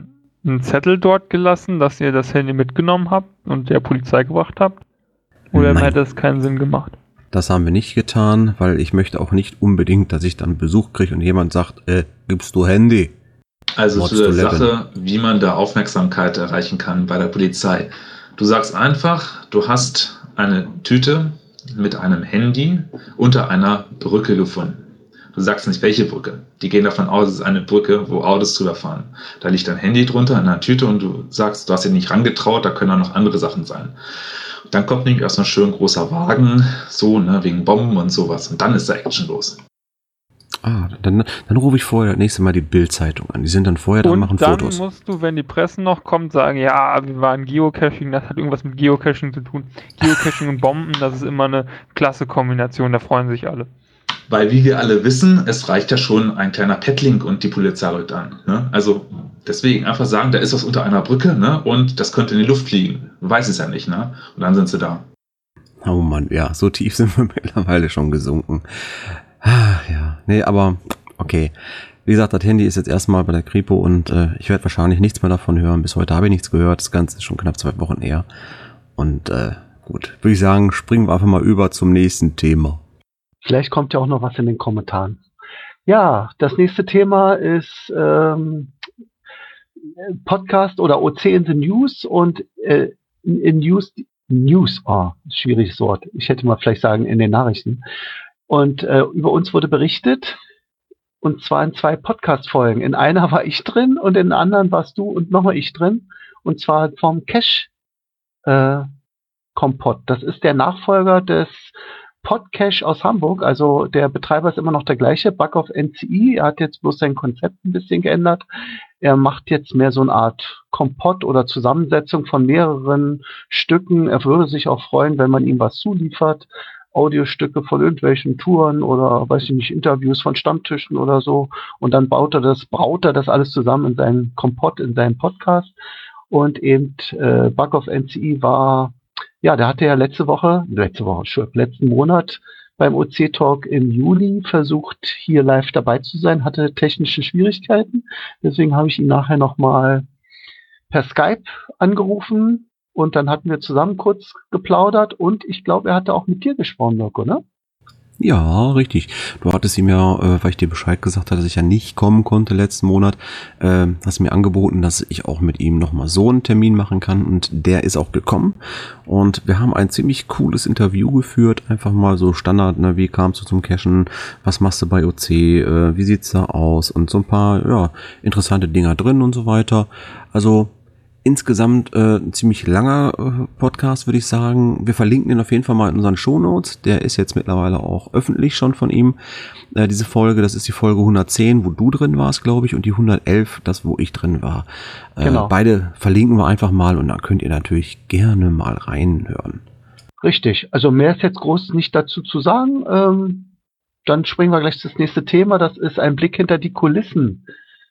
einen Zettel dort gelassen, dass ihr das Handy mitgenommen habt und der Polizei gebracht habt? Oder Nein. hätte das keinen Sinn gemacht? Das haben wir nicht getan, weil ich möchte auch nicht unbedingt, dass ich dann Besuch kriege und jemand sagt, gibst du Handy? Also What's zu der to live in? Sache, wie man da Aufmerksamkeit erreichen kann bei der Polizei. Du sagst einfach, du hast eine Tüte mit einem Handy unter einer Brücke gefunden. Du sagst nicht, welche Brücke. Die gehen davon aus, es ist eine Brücke, wo Autos drüber fahren. Da liegt ein Handy drunter in einer Tüte und du sagst, du hast dich nicht rangetraut, da können auch noch andere Sachen sein. Dann kommt nämlich erstmal schön großer Wagen, so, ne, wegen Bomben und sowas. Und dann ist da Action los. Ah, dann rufe ich vorher das nächste Mal die Bild-Zeitung an. Die sind dann vorher da und machen dann Fotos. musst du, wenn die Presse noch kommt, sagen, ja, wir waren Geocaching, das hat irgendwas mit Geocaching zu tun. Geocaching und Bomben, das ist immer eine klasse Kombination, da freuen sich alle. Weil, wie wir alle wissen, es reicht ja schon ein kleiner Petlink und die Polizei rückt an. Ne? Also deswegen einfach sagen, da ist was unter einer Brücke, ne? Und das könnte in die Luft fliegen. Du weißt es ja nicht, ne? Und dann sind sie da. Oh Mann, ja, so tief sind wir mittlerweile schon gesunken. Ah, ja, nee, aber okay. Wie gesagt, das Handy ist jetzt erstmal bei der Kripo und ich werde wahrscheinlich nichts mehr davon hören. Bis heute habe ich nichts gehört. Das Ganze ist schon knapp 2 Wochen her. Und gut, würde ich sagen, springen wir einfach mal über zum nächsten Thema. Vielleicht kommt ja auch noch was in den Kommentaren. Ja, das nächste Thema ist Podcast oder OC in the News und in News, schwieriges Wort. Ich hätte mal vielleicht sagen in den Nachrichten. Und über uns wurde berichtet, und zwar in 2 Podcast-Folgen. In einer war ich drin und in der anderen warst du und nochmal ich drin. Und zwar vom Cache Kompott. Das ist der Nachfolger des Podcache aus Hamburg. Also der Betreiber ist immer noch der gleiche, Bug of NCI. Er hat jetzt bloß sein Konzept ein bisschen geändert. Er macht jetzt mehr so eine Art Kompott oder Zusammensetzung von mehreren Stücken. Er würde sich auch freuen, wenn man ihm was zuliefert. Audiostücke von irgendwelchen Touren oder, weiß ich nicht, Interviews von Stammtischen oder so. Und dann braut er das alles zusammen in seinen Kompott, in seinen Podcast. Und eben Bug of NCI war, ja, der hatte ja letzten Monat beim OC-Talk im Juli versucht, hier live dabei zu sein, hatte technische Schwierigkeiten. Deswegen habe ich ihn nachher nochmal per Skype angerufen und dann hatten wir zusammen kurz geplaudert und ich glaube, er hatte auch mit dir gesprochen, Mirko, ne? Ja, richtig. Du hattest ihm ja, weil ich dir Bescheid gesagt hatte, dass ich ja nicht kommen konnte letzten Monat, hast mir angeboten, dass ich auch mit ihm nochmal so einen Termin machen kann und der ist auch gekommen und wir haben ein ziemlich cooles Interview geführt, einfach mal so Standard, ne, wie kamst du zum Cachen, was machst du bei OC, wie sieht's da aus und so ein paar, ja, interessante Dinger drin und so weiter. Also insgesamt ein ziemlich langer Podcast, würde ich sagen. Wir verlinken den auf jeden Fall mal in unseren Shownotes. Der ist jetzt mittlerweile auch öffentlich schon von ihm. Diese Folge, das ist die Folge 110, wo du drin warst, glaube ich, und die 111, das, wo ich drin war. Genau. Beide verlinken wir einfach mal und dann könnt ihr natürlich gerne mal reinhören. Richtig. Also mehr ist jetzt groß nicht dazu zu sagen. Dann springen wir gleich das nächste Thema. Das ist ein Blick hinter die Kulissen.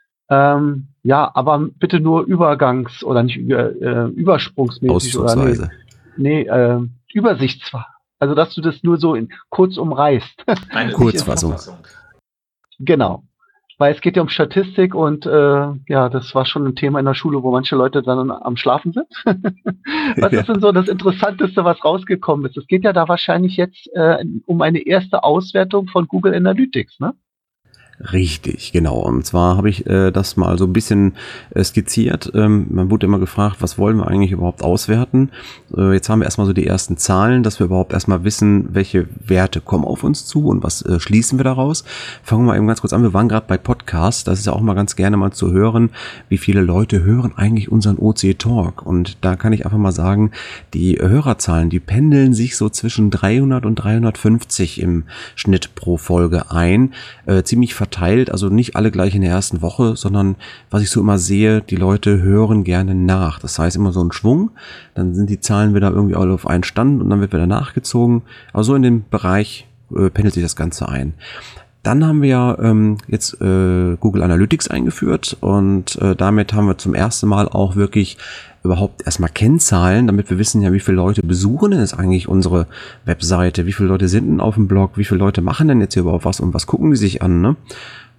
Ja, aber bitte nur übergangs- oder nicht übersprungsmäßig. Ausdrucksweise. Oder übersichtsweise. Also, dass du das nur so kurz umreißt. Eine Kurzfassung. Genau. Weil es geht ja um Statistik und ja, das war schon ein Thema in der Schule, wo manche Leute dann am Schlafen sind. Was ist denn so das Interessanteste, was rausgekommen ist? Es geht ja da wahrscheinlich jetzt um eine erste Auswertung von Google Analytics, ne? Richtig, genau. Und zwar habe ich das mal so ein bisschen skizziert. Man wurde immer gefragt, was wollen wir eigentlich überhaupt auswerten? Jetzt haben wir erstmal so die ersten Zahlen, dass wir überhaupt erstmal wissen, welche Werte kommen auf uns zu und was schließen wir daraus. Fangen wir mal eben ganz kurz an. Wir waren gerade bei Podcasts. Das ist ja auch mal ganz gerne mal zu hören, wie viele Leute hören eigentlich unseren OC Talk. Und da kann ich einfach mal sagen, die Hörerzahlen, die pendeln sich so zwischen 300 und 350 im Schnitt pro Folge ein. Ziemlich verteilt, also nicht alle gleich in der ersten Woche, sondern was ich so immer sehe, die Leute hören gerne nach. Das heißt immer so ein Schwung, dann sind die Zahlen wieder irgendwie alle auf einen Stand und dann wird wieder nachgezogen. Aber so in dem Bereich pendelt sich das Ganze ein. Dann haben wir jetzt Google Analytics eingeführt und damit haben wir zum ersten Mal auch wirklich überhaupt erstmal Kennzahlen, damit wir wissen ja, wie viele Leute besuchen denn jetzt eigentlich unsere Webseite, wie viele Leute sind denn auf dem Blog, wie viele Leute machen denn jetzt hier überhaupt was und was gucken die sich an, ne?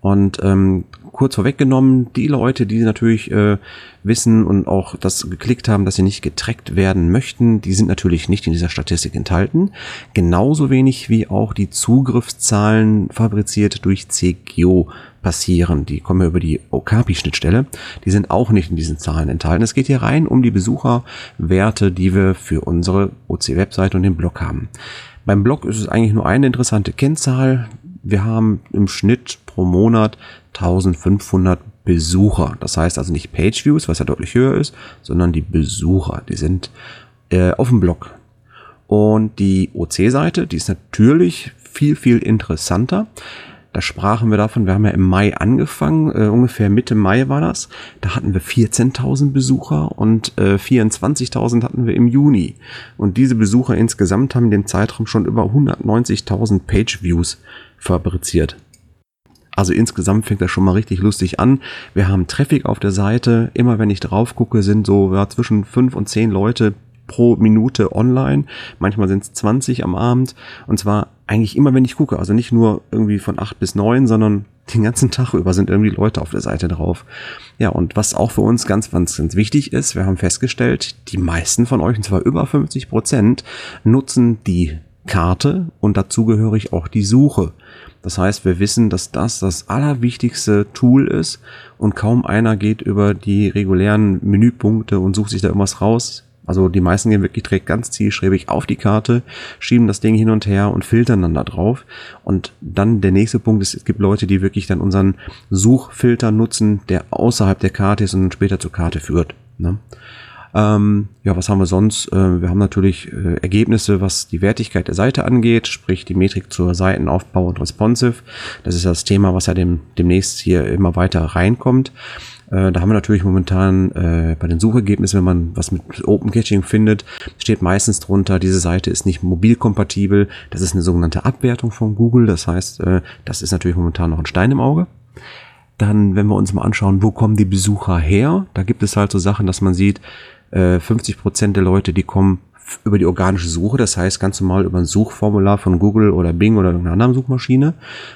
Und kurz vorweggenommen, die Leute, die natürlich wissen und auch das geklickt haben, dass sie nicht getrackt werden möchten, die sind natürlich nicht in dieser Statistik enthalten. Genauso wenig wie auch die Zugriffszahlen fabriziert durch CGO passieren. Die kommen ja über die Okapi-Schnittstelle. Die sind auch nicht in diesen Zahlen enthalten. Es geht hier rein um die Besucherwerte, die wir für unsere OC-Webseite und den Blog haben. Beim Blog ist es eigentlich nur eine interessante Kennzahl. Wir haben im Schnitt pro Monat 1500 Besucher. Das heißt also nicht Pageviews, was ja deutlich höher ist, sondern die Besucher. Die sind auf dem Blog. Und die OC-Seite, die ist natürlich viel, viel interessanter. Da sprachen wir davon, wir haben ja im Mai angefangen, ungefähr Mitte Mai war das. Da hatten wir 14.000 Besucher und 24.000 hatten wir im Juni. Und diese Besucher insgesamt haben in dem Zeitraum schon über 190.000 Page-Views fabriziert. Also insgesamt fängt das schon mal richtig lustig an. Wir haben Traffic auf der Seite. Immer wenn ich drauf gucke, sind so zwischen 5 und 10 Leute pro Minute online. Manchmal sind es 20 am Abend. Und zwar eigentlich immer, wenn ich gucke. Also nicht nur irgendwie von 8 bis 9, sondern den ganzen Tag über sind irgendwie Leute auf der Seite drauf. Ja, und was auch für uns ganz wichtig ist, wir haben festgestellt, die meisten von euch, und zwar über 50%, nutzen die Karte und dazugehörig auch die Suche. Das heißt, wir wissen, dass das allerwichtigste Tool ist und kaum einer geht über die regulären Menüpunkte und sucht sich da irgendwas raus. Also die meisten gehen wirklich direkt ganz zielstrebig auf die Karte, schieben das Ding hin und her und filtern dann da drauf. Und dann der nächste Punkt ist, es gibt Leute, die wirklich dann unseren Suchfilter nutzen, der außerhalb der Karte ist und später zur Karte führt. Ne? Ja, was haben wir sonst? Wir haben natürlich Ergebnisse, was die Wertigkeit der Seite angeht, sprich die Metrik zur Seitenaufbau und Responsive. Das ist das Thema, was ja demnächst hier immer weiter reinkommt. Da haben wir natürlich momentan bei den Suchergebnissen, wenn man was mit Open Caching findet, steht meistens drunter, diese Seite ist nicht mobilkompatibel. Das ist eine sogenannte Abwertung von Google. Das heißt, das ist natürlich momentan noch ein Stein im Auge. Dann, wenn wir uns mal anschauen, wo kommen die Besucher her? Da gibt es halt so Sachen, dass man sieht, 50% der Leute, die kommen über die organische Suche, das heißt ganz normal über ein Suchformular von Google oder Bing oder irgendeiner anderen Suchmaschine.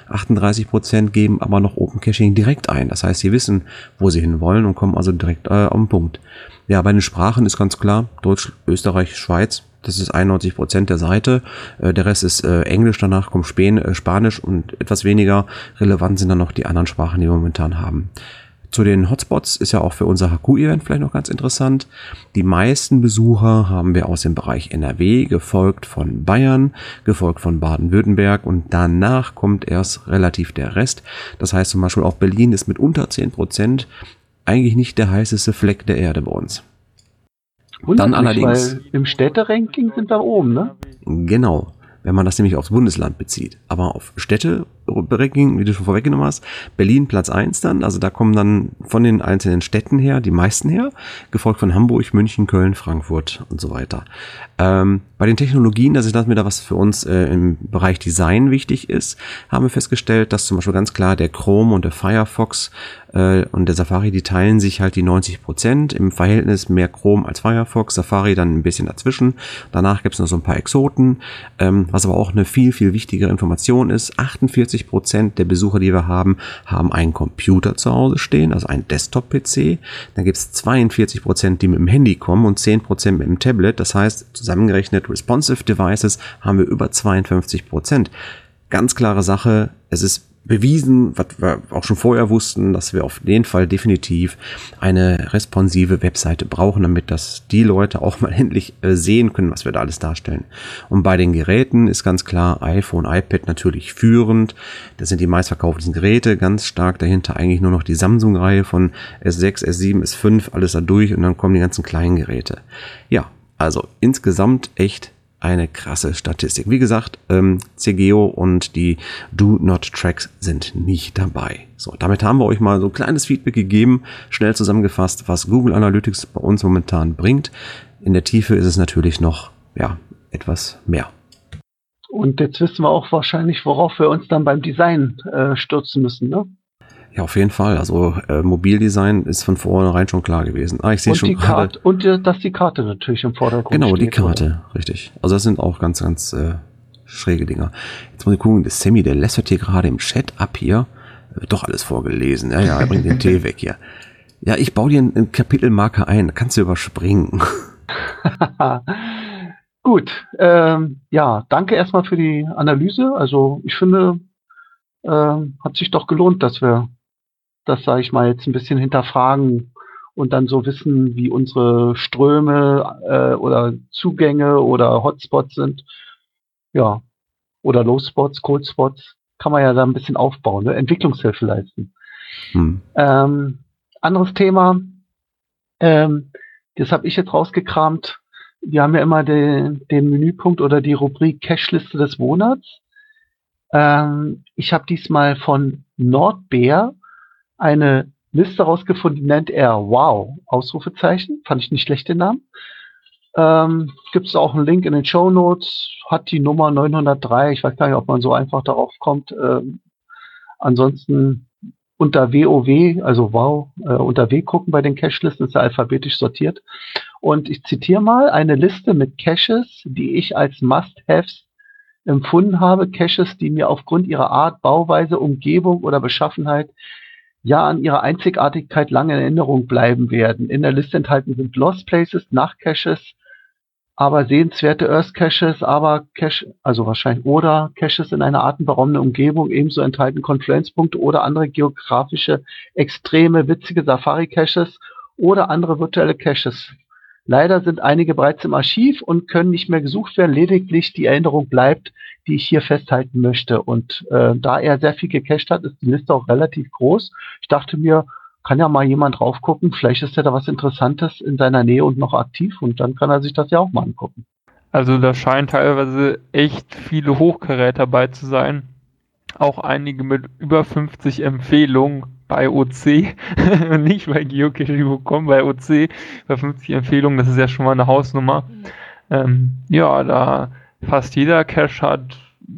38% geben aber noch Open Caching direkt ein. Das heißt, sie wissen, wo sie hinwollen und kommen also direkt auf den Punkt. Ja, bei den Sprachen ist ganz klar, Deutsch, Österreich, Schweiz, das ist 91% der Seite. Der Rest ist Englisch, danach kommt Spanisch und etwas weniger relevant sind dann noch die anderen Sprachen, die wir momentan haben. Zu den Hotspots ist ja auch für unser HQ-Event vielleicht noch ganz interessant. Die meisten Besucher haben wir aus dem Bereich NRW, gefolgt von Bayern, gefolgt von Baden-Württemberg und danach kommt erst relativ der Rest. Das heißt zum Beispiel auch Berlin ist mit unter 10% eigentlich nicht der heißeste Fleck der Erde bei uns. Dann allerdings, weil im Städteranking sind wir oben, ne? Genau. Wenn man das nämlich aufs Bundesland bezieht. Aber auf Städte-Ranking, wie du schon vorweggenommen hast, Berlin Platz 1 dann, also da kommen dann von den einzelnen Städten her die meisten her, gefolgt von Hamburg, München, Köln, Frankfurt und so weiter. Bei den Technologien, das ist das wieder, was für uns im Bereich Design wichtig ist, haben wir festgestellt, dass zum Beispiel ganz klar der Chrome und der Firefox und der Safari, die teilen sich halt die 90%, im Verhältnis mehr Chrome als Firefox, Safari dann ein bisschen dazwischen. Danach gibt es noch so ein paar Exoten, was aber auch eine viel, viel wichtigere Information ist. 48% der Besucher, die wir haben, haben einen Computer zu Hause stehen, also einen Desktop-PC. Dann gibt es 42%, die mit dem Handy kommen und 10% mit dem Tablet. Das heißt, zusammengerechnet Responsive Devices haben wir über 52%. Ganz klare Sache, es ist bewiesen, was wir auch schon vorher wussten, dass wir auf jeden Fall definitiv eine responsive Webseite brauchen, damit das die Leute auch mal endlich sehen können, was wir da alles darstellen. Und bei den Geräten ist ganz klar iPhone, iPad natürlich führend. Das sind die meistverkauften Geräte, ganz stark dahinter eigentlich nur noch die Samsung-Reihe von S6, S7, S5, alles da durch und dann kommen die ganzen kleinen Geräte. Ja, also insgesamt echt eine krasse Statistik. Wie gesagt, CGO und die Do Not Tracks sind nicht dabei. So, damit haben wir euch mal so ein kleines Feedback gegeben, schnell zusammengefasst, was Google Analytics bei uns momentan bringt. In der Tiefe ist es natürlich noch, ja, etwas mehr. Und jetzt wissen wir auch wahrscheinlich, worauf wir uns dann beim Design stürzen müssen, ne? Ja, auf jeden Fall. Also Mobildesign ist von vornherein schon klar gewesen. Ich sehe schon gerade. Und dass die Karte natürlich im Vordergrund genau, steht. Genau, die Karte, oder? Richtig. Also das sind auch ganz, ganz schräge Dinger. Jetzt muss ich gucken, der Sammy, der lästert hier gerade im Chat ab hier. Wird doch alles vorgelesen. Ja, bring den Tee weg hier. Ja, ich baue dir einen Kapitelmarker ein. Kannst du überspringen. Gut. Ja, danke erstmal für die Analyse. Also ich finde, hat sich doch gelohnt, dass wir das, sage ich mal, jetzt ein bisschen hinterfragen und dann so wissen, wie unsere Ströme oder Zugänge oder Hotspots sind. Ja, oder Low-Spots, Cold-Spots. Kann man ja da ein bisschen aufbauen, ne? Entwicklungshilfe leisten. Anderes Thema, das habe ich jetzt rausgekramt. Wir haben ja immer den Menüpunkt oder die Rubrik Cache-Liste des Monats. Ich habe diesmal von Nordbär eine Liste rausgefunden, die nennt er Wow, Ausrufezeichen. Fand ich nicht schlecht, den Namen. Gibt es auch einen Link in den Shownotes, hat die Nummer 903. Ich weiß gar nicht, ob man so einfach darauf kommt. Ansonsten unter WoW, also Wow, unter W gucken bei den Cache-Listen, ist ja alphabetisch sortiert. Und ich zitiere mal eine Liste mit Caches, die ich als Must-Haves empfunden habe. Caches, die mir aufgrund ihrer Art, Bauweise, Umgebung oder Beschaffenheit ja an ihrer Einzigartigkeit lange in Erinnerung bleiben werden. In der Liste enthalten sind Lost Places, Nachtcaches, aber sehenswerte Earth Caches, aber Cache, also wahrscheinlich oder Caches in einer atemberaubenden Umgebung, ebenso enthalten Confluence-Punkte oder andere geografische, extreme, witzige Safari-Caches oder andere virtuelle Caches. Leider sind einige bereits im Archiv und können nicht mehr gesucht werden, lediglich die Erinnerung bleibt, die ich hier festhalten möchte. Und da er sehr viel gecached hat, ist die Liste auch relativ groß. Ich dachte mir, kann ja mal jemand drauf gucken, vielleicht ist ja da was Interessantes in seiner Nähe und noch aktiv und dann kann er sich das ja auch mal angucken. Also da scheinen teilweise echt viele Hochkaräter bei zu sein. Auch einige mit über 50 Empfehlungen bei OC, nicht bei geocaching.com, bei OC, bei 50 Empfehlungen, das ist ja schon mal eine Hausnummer. Ja, da fast jeder Cache hat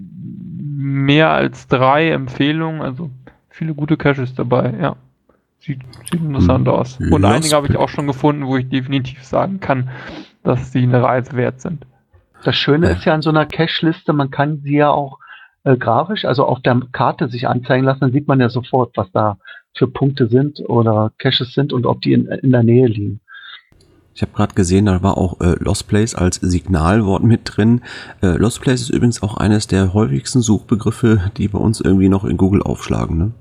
mehr als 3 Empfehlungen, also viele gute Caches dabei, ja. Sieht interessant aus. Und einige habe ich auch schon gefunden, wo ich definitiv sagen kann, dass sie eine Reise wert sind. Das Schöne ist ja an so einer Cache-Liste, man kann sie ja auch grafisch, also auf der Karte sich anzeigen lassen, dann sieht man ja sofort, was da für Punkte sind oder Caches sind und ob die in der Nähe liegen. Ich habe gerade gesehen, da war auch Lost Place als Signalwort mit drin. Lost Place ist übrigens auch eines der häufigsten Suchbegriffe, die bei uns irgendwie noch in Google aufschlagen, ne?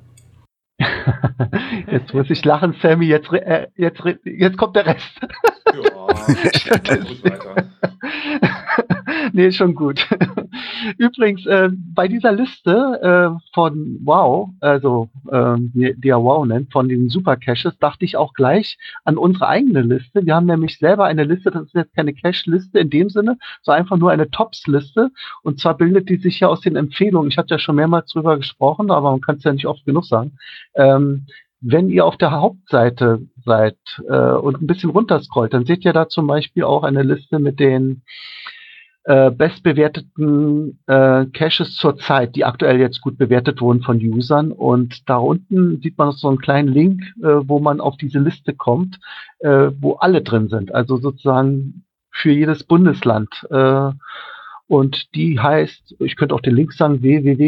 Jetzt muss ich lachen, Sammy, jetzt kommt der Rest. Ja, gut weiter. Nee, schon gut. Übrigens, bei dieser Liste von Wow, also die er Wow nennt, von den Super Caches, dachte ich auch gleich an unsere eigene Liste. Wir haben nämlich selber eine Liste, das ist jetzt keine Cache-Liste in dem Sinne, sondern einfach nur eine Tops-Liste. Und zwar bildet die sich ja aus den Empfehlungen. Ich hatte ja schon mehrmals drüber gesprochen, aber man kann es ja nicht oft genug sagen. Wenn ihr auf der Hauptseite seid und ein bisschen runterscrollt, dann seht ihr da zum Beispiel auch eine Liste mit den bestbewerteten Caches zur Zeit, die aktuell jetzt gut bewertet wurden von Usern. Und da unten sieht man so einen kleinen Link, wo man auf diese Liste kommt, wo alle drin sind. Also sozusagen für jedes Bundesland. Und die heißt, ich könnte auch den Link sagen,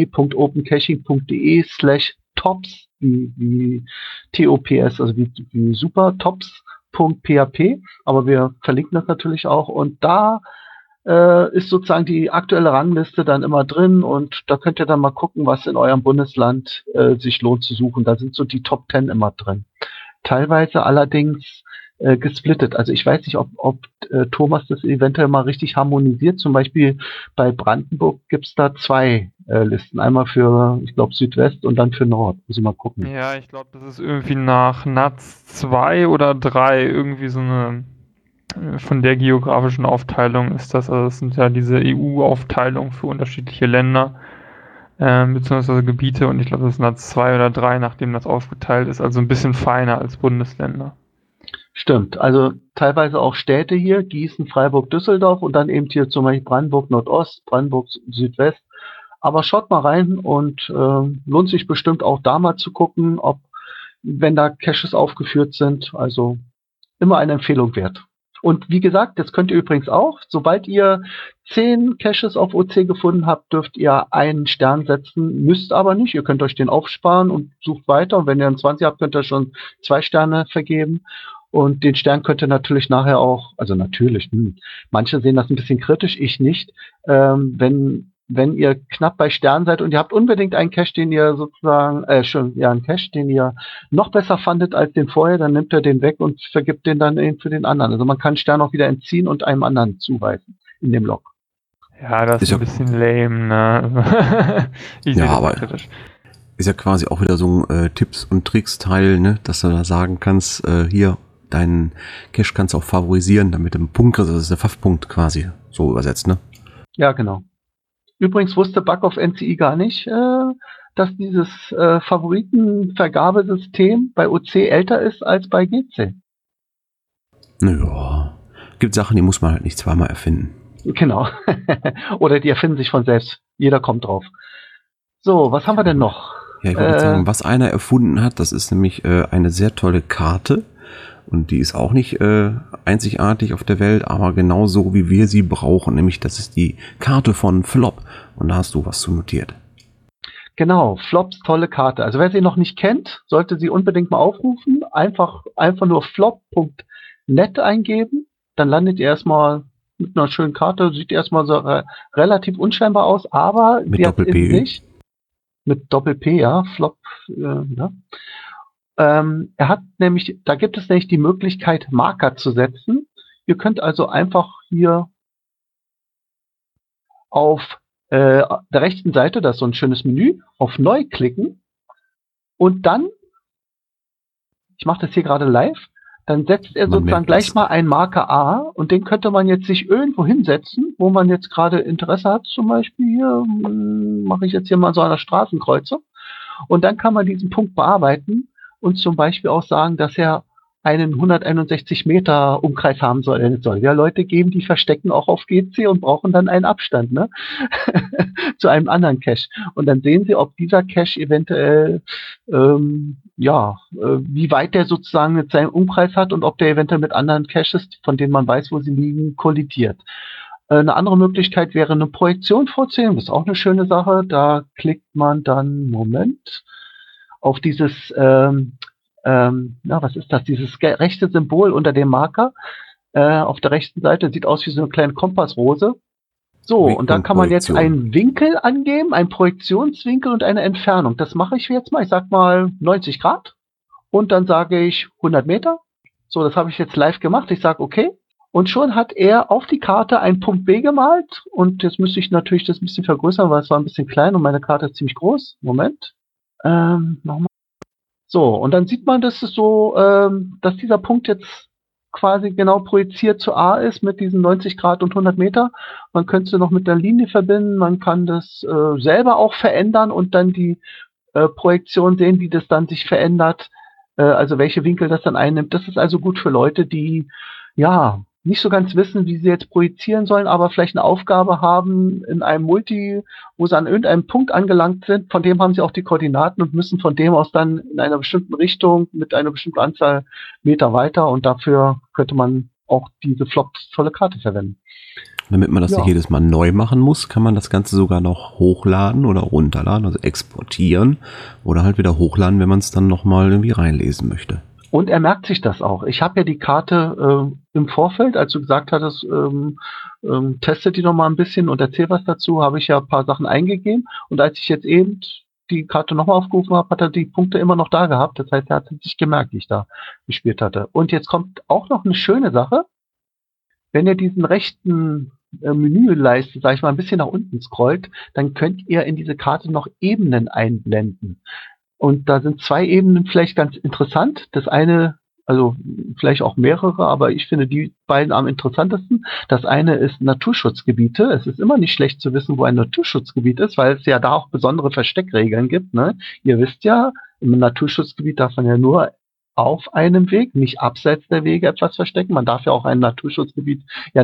www.opencaching.de/tops, wie TOPS, also wie super, tops.php. Aber wir verlinken das natürlich auch. Und da ist sozusagen die aktuelle Rangliste dann immer drin und da könnt ihr dann mal gucken, was in eurem Bundesland sich lohnt zu suchen. Da sind so die Top 10 immer drin. Teilweise allerdings gesplittet. Also ich weiß nicht, ob Thomas das eventuell mal richtig harmonisiert. Zum Beispiel bei Brandenburg gibt es da 2 Listen. Einmal für, ich glaube, Südwest und dann für Nord. Muss ich mal gucken. Ja, ich glaube, das ist irgendwie nach NATS 2 oder 3 irgendwie so eine von der geografischen Aufteilung ist das, also es sind ja diese EU-Aufteilungen für unterschiedliche Länder beziehungsweise Gebiete und ich glaube, das sind NATS 2 oder 3, nachdem das aufgeteilt ist, also ein bisschen feiner als Bundesländer. Stimmt, also teilweise auch Städte hier, Gießen, Freiburg, Düsseldorf und dann eben hier zum Beispiel Brandenburg Nordost, Brandenburg Südwest. Aber schaut mal rein und lohnt sich bestimmt auch da mal zu gucken, wenn da Caches aufgeführt sind, also immer eine Empfehlung wert. Und wie gesagt, das könnt ihr übrigens auch. Sobald ihr 10 Caches auf OC gefunden habt, dürft ihr einen Stern setzen, müsst aber nicht. Ihr könnt euch den aufsparen und sucht weiter. Und wenn ihr einen 20 habt, könnt ihr schon 2 Sterne vergeben. Und den Stern könnt ihr natürlich nachher auch, also natürlich, manche sehen das ein bisschen kritisch, ich nicht, wenn ihr knapp bei Stern seid und ihr habt unbedingt einen Cache, den ihr sozusagen, einen Cache, den ihr noch besser fandet als den vorher, dann nimmt er den weg und vergibt den dann eben für den anderen. Also man kann Stern auch wieder entziehen und einem anderen zuweisen in dem Log. Ja, das ist ein bisschen lame, ne? Ich sehe das aber kritisch. Ist ja quasi auch wieder so ein Tipps- und Tricks-Teil, ne? Dass du da sagen kannst, hier, deinen Cache kannst du auch favorisieren, damit du einen Punkt kriegst, das ist der Pfaff-Punkt quasi, so übersetzt, ne? Ja, genau. Übrigens wusste Bug of NCI gar nicht, dass dieses Favoritenvergabesystem bei OC älter ist als bei GC. Naja, gibt Sachen, die muss man halt nicht zweimal erfinden. Genau. Oder die erfinden sich von selbst. Jeder kommt drauf. So, was haben wir denn noch? Ja, ich wollte sagen, was einer erfunden hat, das ist nämlich eine sehr tolle Karte. Und die ist auch nicht einzigartig auf der Welt, aber genau so, wie wir sie brauchen. Nämlich, das ist die Karte von Flop. Und da hast du was zu notiert. Genau, Flops tolle Karte. Also wer sie noch nicht kennt, sollte sie unbedingt mal aufrufen. Einfach nur flop.net eingeben. Dann landet ihr erstmal mit einer schönen Karte. Sieht erstmal so relativ unscheinbar aus, aber mit Doppel-P nicht. Mit Doppel-P, ja. Flop, ja. Er hat nämlich, da gibt es nämlich die Möglichkeit, Marker zu setzen. Ihr könnt also einfach hier auf der rechten Seite, das ist so ein schönes Menü, auf Neu klicken und dann, ich mache das hier gerade live, dann setzt er sozusagen gleich mal einen Marker A und den könnte man jetzt sich irgendwo hinsetzen, wo man jetzt gerade Interesse hat. Zum Beispiel hier mache ich jetzt hier mal so eine Straßenkreuzung und dann kann man diesen Punkt bearbeiten und zum Beispiel auch sagen, dass er einen 161 Meter Umkreis haben soll. Es soll ja Leute geben, die verstecken auch auf GC und brauchen dann einen Abstand, ne? zu einem anderen Cache. Und dann sehen Sie, ob dieser Cache eventuell, wie weit der sozusagen mit seinem Umkreis hat und ob der eventuell mit anderen Caches, von denen man weiß, wo sie liegen, kollidiert. Eine andere Möglichkeit wäre eine Projektion vorziehen. Das ist auch eine schöne Sache. Da klickt man dann, auf dieses was ist das? Dieses rechte Symbol unter dem Marker auf der rechten Seite sieht aus wie so eine kleine Kompassrose. So, und dann kann man jetzt einen Winkel angeben, einen Projektionswinkel und eine Entfernung. Das mache ich jetzt mal. Ich sag mal 90 Grad und dann sage ich 100 Meter. So, das habe ich jetzt live gemacht. Ich sage okay. Und schon hat er auf die Karte einen Punkt B gemalt. Und jetzt müsste ich natürlich das ein bisschen vergrößern, weil es war ein bisschen klein und meine Karte ist ziemlich groß. Moment. Nochmal. So, und dann sieht man, dass es so, dass dieser Punkt jetzt quasi genau projiziert zu A ist mit diesen 90 Grad und 100 Meter. Man könnte es noch mit der Linie verbinden, man kann das selber auch verändern und dann die Projektion sehen, wie das dann sich verändert, also welche Winkel das dann einnimmt. Das ist also gut für Leute, die nicht so ganz wissen, wie sie jetzt projizieren sollen, aber vielleicht eine Aufgabe haben in einem Multi, wo sie an irgendeinem Punkt angelangt sind, von dem haben sie auch die Koordinaten und müssen von dem aus dann in einer bestimmten Richtung mit einer bestimmten Anzahl Meter weiter und dafür könnte man auch diese Flops tolle Karte verwenden. Damit man das nicht jedes Mal neu machen muss, kann man das Ganze sogar noch hochladen oder runterladen, also exportieren oder halt wieder hochladen, wenn man es dann nochmal irgendwie reinlesen möchte. Und er merkt sich das auch. Ich habe ja die Karte im Vorfeld, als du gesagt hattest, testet die noch mal ein bisschen und erzähl was dazu, habe ich ja ein paar Sachen eingegeben. Und als ich jetzt eben die Karte nochmal aufgerufen habe, hat er die Punkte immer noch da gehabt. Das heißt, er hat sich gemerkt, die ich da gespielt hatte. Und jetzt kommt auch noch eine schöne Sache. Wenn ihr diesen rechten Menüleiste, sag ich mal, ein bisschen nach unten scrollt, dann könnt ihr in diese Karte noch Ebenen einblenden. Und da sind 2 Ebenen vielleicht ganz interessant. Das eine, also vielleicht auch mehrere, aber ich finde die beiden am interessantesten. Das eine ist Naturschutzgebiete. Es ist immer nicht schlecht zu wissen, wo ein Naturschutzgebiet ist, weil es ja da auch besondere Versteckregeln gibt. Ne? Ihr wisst ja, im Naturschutzgebiet darf man ja nur auf einem Weg, nicht abseits der Wege etwas verstecken. Man darf ja auch ein Naturschutzgebiet ja nicht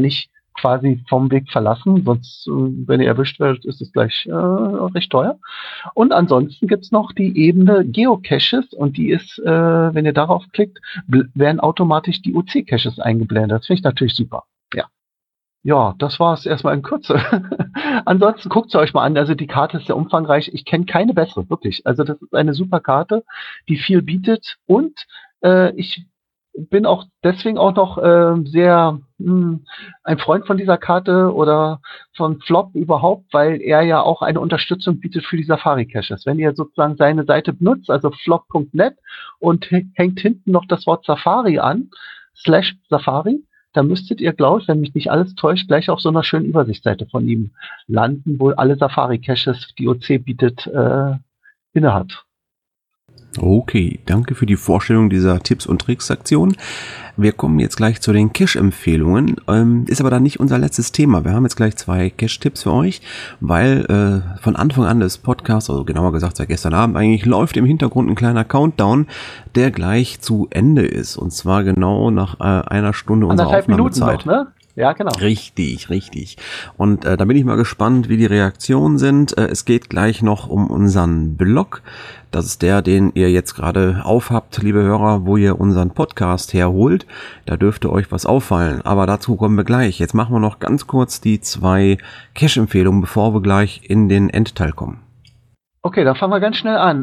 quasi vom Weg verlassen, sonst, wenn ihr erwischt werdet, ist es gleich recht teuer. Und ansonsten gibt's noch die Ebene Geocaches und die ist, wenn ihr darauf klickt, werden automatisch die OC-Caches eingeblendet. Das finde ich natürlich super. Ja. Ja, das war es erstmal in Kürze. Ansonsten guckt sie euch mal an. Also die Karte ist sehr umfangreich. Ich kenne keine bessere, wirklich. Also das ist eine super Karte, die viel bietet. Und ich bin auch deswegen auch noch sehr ein Freund von dieser Karte oder von Flop überhaupt, weil er ja auch eine Unterstützung bietet für die Safari-Caches. Wenn ihr sozusagen seine Seite benutzt, also flop.net und hängt hinten noch das Wort Safari an, /Safari, da müsstet ihr, glaube ich, wenn mich nicht alles täuscht, gleich auf so einer schönen Übersichtsseite von ihm landen, wo alle Safari-Caches, die OC bietet, inne hat. Okay, danke für die Vorstellung dieser Tipps- und Tricks-Aktion. Wir kommen jetzt gleich zu den Cache-Empfehlungen. Ist aber dann nicht unser letztes Thema. Wir haben jetzt gleich 2 Cache-Tipps für euch, weil von Anfang an des Podcasts, also genauer gesagt seit gestern Abend eigentlich, läuft im Hintergrund ein kleiner Countdown, der gleich zu Ende ist. Und zwar genau nach 1 Stunde unserer Aufnahmezeit. Noch, ne? Ja, genau. Richtig. Und da bin ich mal gespannt, wie die Reaktionen sind. Es geht gleich noch um unseren Blog. Das ist der, den ihr jetzt gerade aufhabt, liebe Hörer, wo ihr unseren Podcast herholt. Da dürfte euch was auffallen. Aber dazu kommen wir gleich. Jetzt machen wir noch ganz kurz die 2 Cache-Empfehlungen, bevor wir gleich in den Endteil kommen. Okay, dann fangen wir ganz schnell an.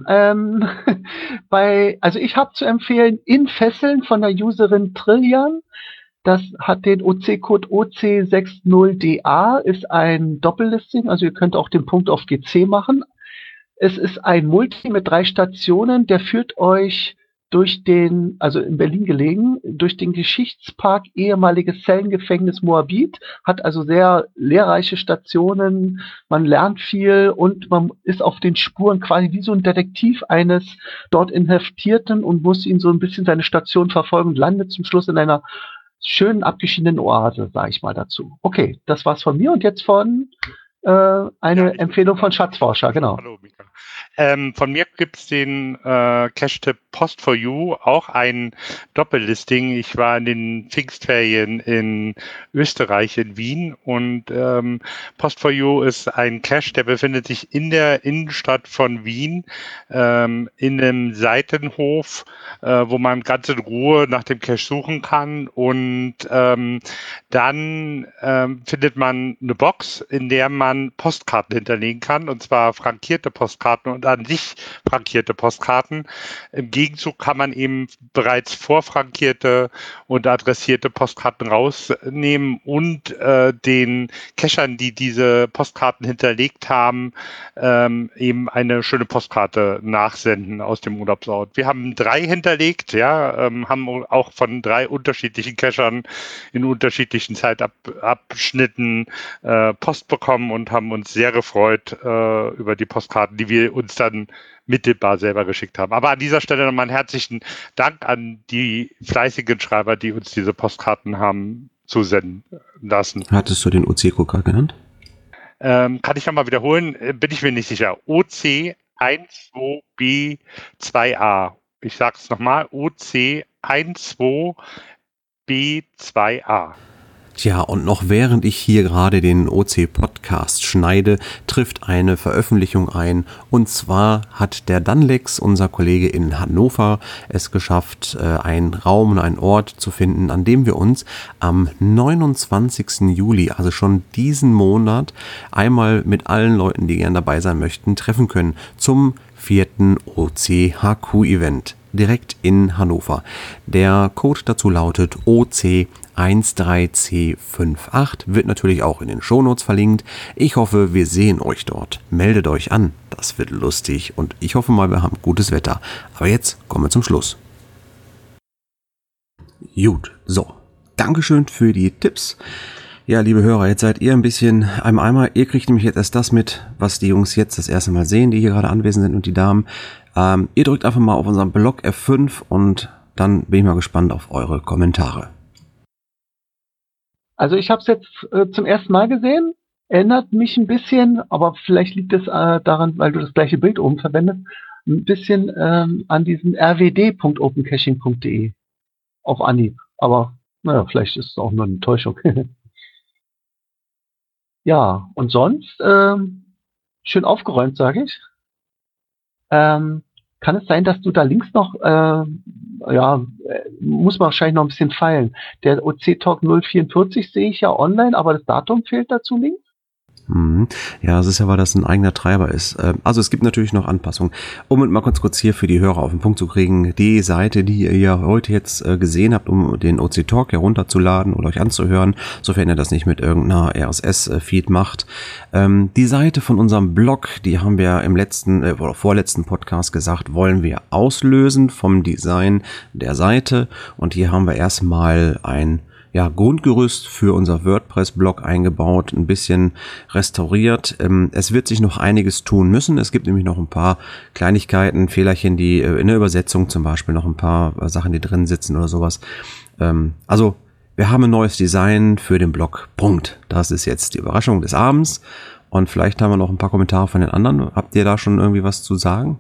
Also ich habe zu empfehlen In Fesseln von der Userin Trillian. Das hat den OC-Code OC60DA, ist ein Doppellisting, also ihr könnt auch den Punkt auf GC machen. Es ist ein Multi mit 3 Stationen, der führt euch durch den, also in Berlin gelegen, durch den Geschichtspark ehemaliges Zellengefängnis Moabit, hat also sehr lehrreiche Stationen, man lernt viel und man ist auf den Spuren quasi wie so ein Detektiv eines dort Inhaftierten und muss ihn so ein bisschen seine Station verfolgen und landet zum Schluss in einer schönen abgeschiedenen Oase, sage ich mal dazu. Okay, das war's von mir und jetzt von eine Empfehlung von Schatzforscher, genau. Hallo, Mika. Von mir gibt's den Cache-Tipp Post for You, auch ein Doppellisting. Ich war in den Pfingstferien in Österreich, in Wien, und Post for You ist ein Cache, der befindet sich in der Innenstadt von Wien, in einem Seitenhof, wo man ganz in Ruhe nach dem Cache suchen kann, und dann findet man eine Box, in der man Postkarten hinterlegen kann, und zwar frankierte Postkarten und an sich frankierte Postkarten. Im Gegenzug kann man eben bereits vorfrankierte und adressierte Postkarten rausnehmen und den Cachern, die diese Postkarten hinterlegt haben, eben eine schöne Postkarte nachsenden aus dem Urlaubsort. Wir haben 3 hinterlegt, ja, haben auch von 3 unterschiedlichen Cachern in unterschiedlichen Zeitabschnitten Post bekommen und haben uns sehr gefreut über die Postkarten, die wir uns dann mittelbar selber geschickt haben. Aber an dieser Stelle nochmal einen herzlichen Dank an die fleißigen Schreiber, die uns diese Postkarten haben zusenden lassen. Hattest du den OC-Code genannt? Kann ich nochmal wiederholen? Bin ich mir nicht sicher. OC12B2A. Ich sage es nochmal. OC12B2A. Tja, und noch während ich hier gerade den OC-Podcast schneide, trifft eine Veröffentlichung ein. Und zwar hat der Danlex, unser Kollege in Hannover, es geschafft, einen Raum und einen Ort zu finden, an dem wir uns am 29. Juli, also schon diesen Monat, einmal mit allen Leuten, die gern dabei sein möchten, treffen können zum 4. OC-HQ-Event. Direkt in Hannover. Der Code dazu lautet OC13C58, wird natürlich auch in den Shownotes verlinkt. Ich hoffe, wir sehen euch dort. Meldet euch an, das wird lustig und ich hoffe mal, wir haben gutes Wetter. Aber jetzt kommen wir zum Schluss. Gut, so. Dankeschön für die Tipps. Ja, liebe Hörer, jetzt seid ihr ein bisschen am Eimer. Ihr kriegt nämlich jetzt erst das mit, was die Jungs jetzt das erste Mal sehen, die hier gerade anwesend sind, und die Damen. Ihr drückt einfach mal auf unseren Blog F5 und dann bin ich mal gespannt auf eure Kommentare. Also ich habe es jetzt zum ersten Mal gesehen, erinnert mich ein bisschen, aber vielleicht liegt es daran, weil du das gleiche Bild oben verwendest, ein bisschen an diesen rwd.opencaching.de auf Anhieb. Aber naja, vielleicht ist es auch nur eine Täuschung. Ja, und sonst schön aufgeräumt, sage ich. Kann es sein, dass du da links noch, muss man wahrscheinlich noch ein bisschen feilen. Der OC Talk 044 sehe ich ja online, aber das Datum fehlt dazu links. Ja, es ist ja, weil das ein eigener Treiber ist. Also es gibt natürlich noch Anpassungen. Um mal kurz hier für die Hörer auf den Punkt zu kriegen, die Seite, die ihr ja heute jetzt gesehen habt, um den OC Talk herunterzuladen oder euch anzuhören, sofern ihr das nicht mit irgendeiner RSS-Feed macht. Die Seite von unserem Blog, die haben wir im letzten oder vorletzten Podcast gesagt, wollen wir auslösen vom Design der Seite. Und hier haben wir erstmal ein Grundgerüst für unser WordPress-Blog eingebaut, ein bisschen restauriert. Es wird sich noch einiges tun müssen. Es gibt nämlich noch ein paar Kleinigkeiten, Fehlerchen, die in der Übersetzung zum Beispiel noch ein paar Sachen, die drin sitzen oder sowas. Also wir haben ein neues Design für den Blog. Punkt. Das ist jetzt die Überraschung des Abends. Und vielleicht haben wir noch ein paar Kommentare von den anderen. Habt ihr da schon irgendwie was zu sagen?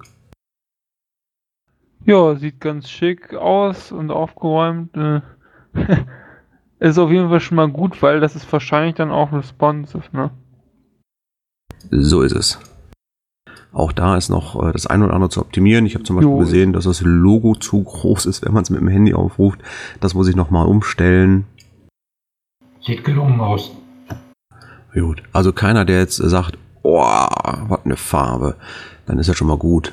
Ja, sieht ganz schick aus und aufgeräumt. Ist auf jeden Fall schon mal gut, weil das ist wahrscheinlich dann auch responsive, ne? So ist es. Auch da ist noch das ein oder andere zu optimieren. Ich habe zum Beispiel gesehen, dass das Logo zu groß ist, wenn man es mit dem Handy aufruft. Das muss ich nochmal umstellen. Sieht gelungen aus. Gut, also keiner, der jetzt sagt, oh, was eine Farbe, dann ist ja schon mal gut.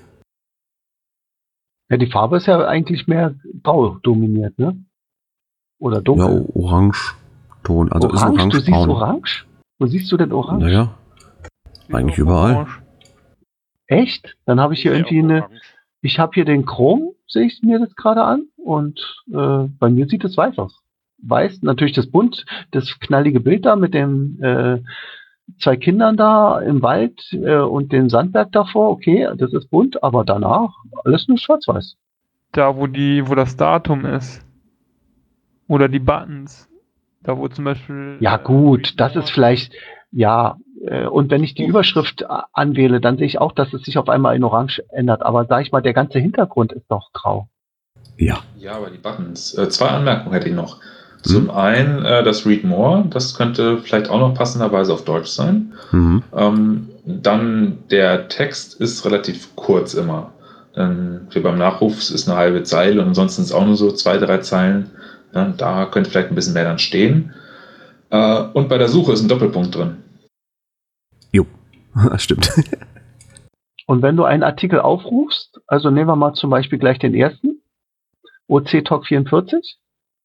Ja, die Farbe ist ja eigentlich mehr grau dominiert, ne? Oder dunkel? Ja, Orange-Ton. Also orange? Ist orange-braun. Du siehst orange? Wo siehst du denn orange? Naja, eigentlich überall. Echt? Dann habe ich hier irgendwie ich habe hier den Chrom, sehe ich mir das gerade an, und bei mir sieht es weiß aus. Weiß, natürlich das bunt, das knallige Bild da mit den 2 Kindern da im Wald und den Sandberg davor, okay, das ist bunt, aber danach alles nur schwarz-weiß. Da, wo das Datum ist. Oder die Buttons. Da wo zum Beispiel... Ja gut, das ist vielleicht... Ja, und wenn ich die Überschrift anwähle, dann sehe ich auch, dass es sich auf einmal in Orange ändert. Aber sag ich mal, der ganze Hintergrund ist doch grau. Ja. Ja, aber die Buttons. 2 Anmerkungen hätte ich noch. Zum einen das Read More, das könnte vielleicht auch noch passenderweise auf Deutsch sein. Dann der Text ist relativ kurz immer. Wie beim Nachruf ist eine halbe Zeile und ansonsten ist es auch nur so 2, 3 Zeilen. Ja, da könnte vielleicht ein bisschen mehr dann stehen. Und bei der Suche ist ein Doppelpunkt drin. Jo, das stimmt. Und wenn du einen Artikel aufrufst, also nehmen wir mal zum Beispiel gleich den ersten, OC Talk 44,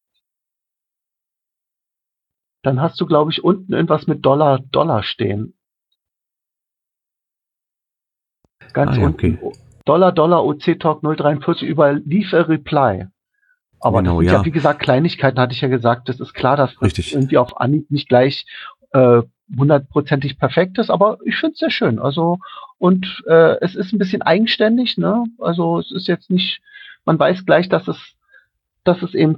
dann hast du, glaube ich, unten irgendwas mit $, Dollar stehen. Ganz unten. Okay. $, OC Talk 043, überall leave a reply. Aber genau, das sind ja, wie gesagt, Kleinigkeiten, hatte ich ja gesagt. Das ist klar, dass das irgendwie auf Anhieb nicht gleich 100%ig perfekt ist, aber ich finde es sehr schön. Also, und es ist ein bisschen eigenständig, ne? Also es ist jetzt nicht, man weiß gleich, dass es eben,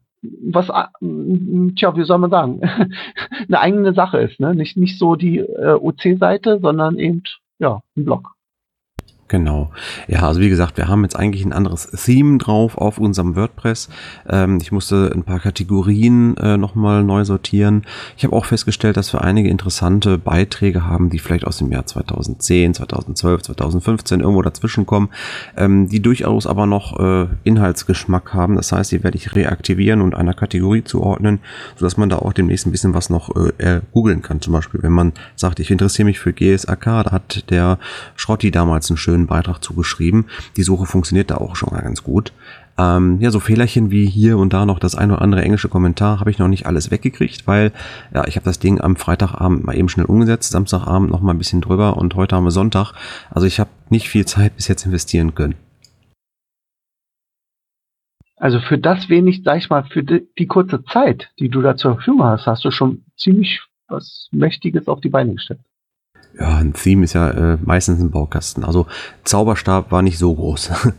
wie soll man sagen, eine eigene Sache ist, ne? Nicht so die OC-Seite, sondern eben, ein Blog. Genau. Ja, also wie gesagt, wir haben jetzt eigentlich ein anderes Theme drauf auf unserem WordPress. Ich musste ein paar Kategorien nochmal neu sortieren. Ich habe auch festgestellt, dass wir einige interessante Beiträge haben, die vielleicht aus dem Jahr 2010, 2012, 2015 irgendwo dazwischen kommen, die durchaus aber noch Inhaltsgeschmack haben. Das heißt, die werde ich reaktivieren und einer Kategorie zuordnen, sodass man da auch demnächst ein bisschen was noch googeln kann. Zum Beispiel, wenn man sagt, ich interessiere mich für GSAK, da hat der Schrotti damals einen schönen Beitrag zugeschrieben. Die Suche funktioniert da auch schon mal ganz gut. So Fehlerchen wie hier und da noch das ein oder andere englische Kommentar habe ich noch nicht alles weggekriegt, weil ich habe das Ding am Freitagabend mal eben schnell umgesetzt, Samstagabend noch mal ein bisschen drüber und heute haben wir Sonntag. Also ich habe nicht viel Zeit bis jetzt investieren können. Also für das wenig, sag ich mal, für die kurze Zeit, die du da zur Verfügung hast, hast du schon ziemlich was Mächtiges auf die Beine gestellt. Ja, ein Theme ist ja meistens ein Baukasten. Also Zauberstab war nicht so groß.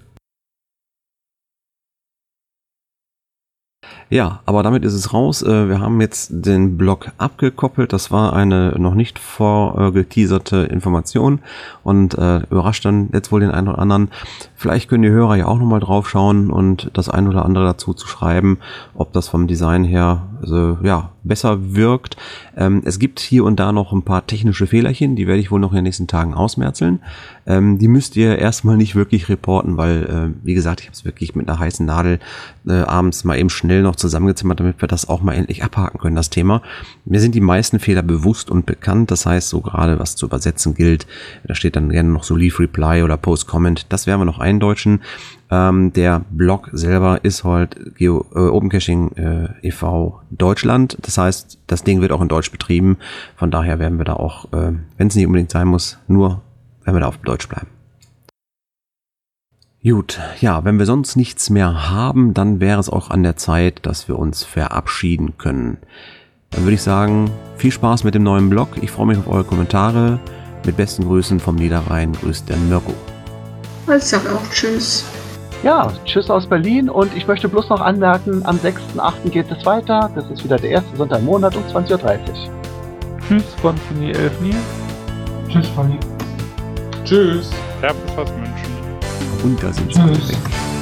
Ja, aber damit ist es raus. Wir haben jetzt den Blog abgekoppelt. Das war eine noch nicht vorgeteaserte Information und überrascht dann jetzt wohl den einen oder anderen. Vielleicht können die Hörer ja auch nochmal drauf schauen und das ein oder andere dazu zu schreiben, ob das vom Design her besser wirkt. Es gibt hier und da noch ein paar technische Fehlerchen, die werde ich wohl noch in den nächsten Tagen ausmerzeln. Die müsst ihr erstmal nicht wirklich reporten, weil, wie gesagt, ich habe es wirklich mit einer heißen Nadel abends mal eben schnell noch zusammengezimmert, damit wir das auch mal endlich abhaken können, das Thema. Mir sind die meisten Fehler bewusst und bekannt, das heißt, so gerade was zu übersetzen gilt, da steht dann gerne noch so Leave Reply oder Post Comment, das werden wir noch eindeutschen. Der Blog selber ist halt Open Caching e.V. Deutschland. Das heißt, das Ding wird auch in Deutsch betrieben. Von daher werden wir da auch, wenn es nicht unbedingt sein muss, nur werden wir da auf Deutsch bleiben. Gut, ja, wenn wir sonst nichts mehr haben, dann wäre es auch an der Zeit, dass wir uns verabschieden können. Dann würde ich sagen, viel Spaß mit dem neuen Blog. Ich freue mich auf eure Kommentare. Mit besten Grüßen vom Niederrhein. Grüßt der Mirko. Ich sag auch Tschüss. Ja, tschüss aus Berlin und ich möchte bloß noch anmerken, am 6.8. geht es weiter. Das ist wieder der erste Sonntag im Monat um 20.30 Uhr. Tschüss von Toni Elfnir. Tschüss, Fanny. Tschüss. Servus aus München. Und da sind sie.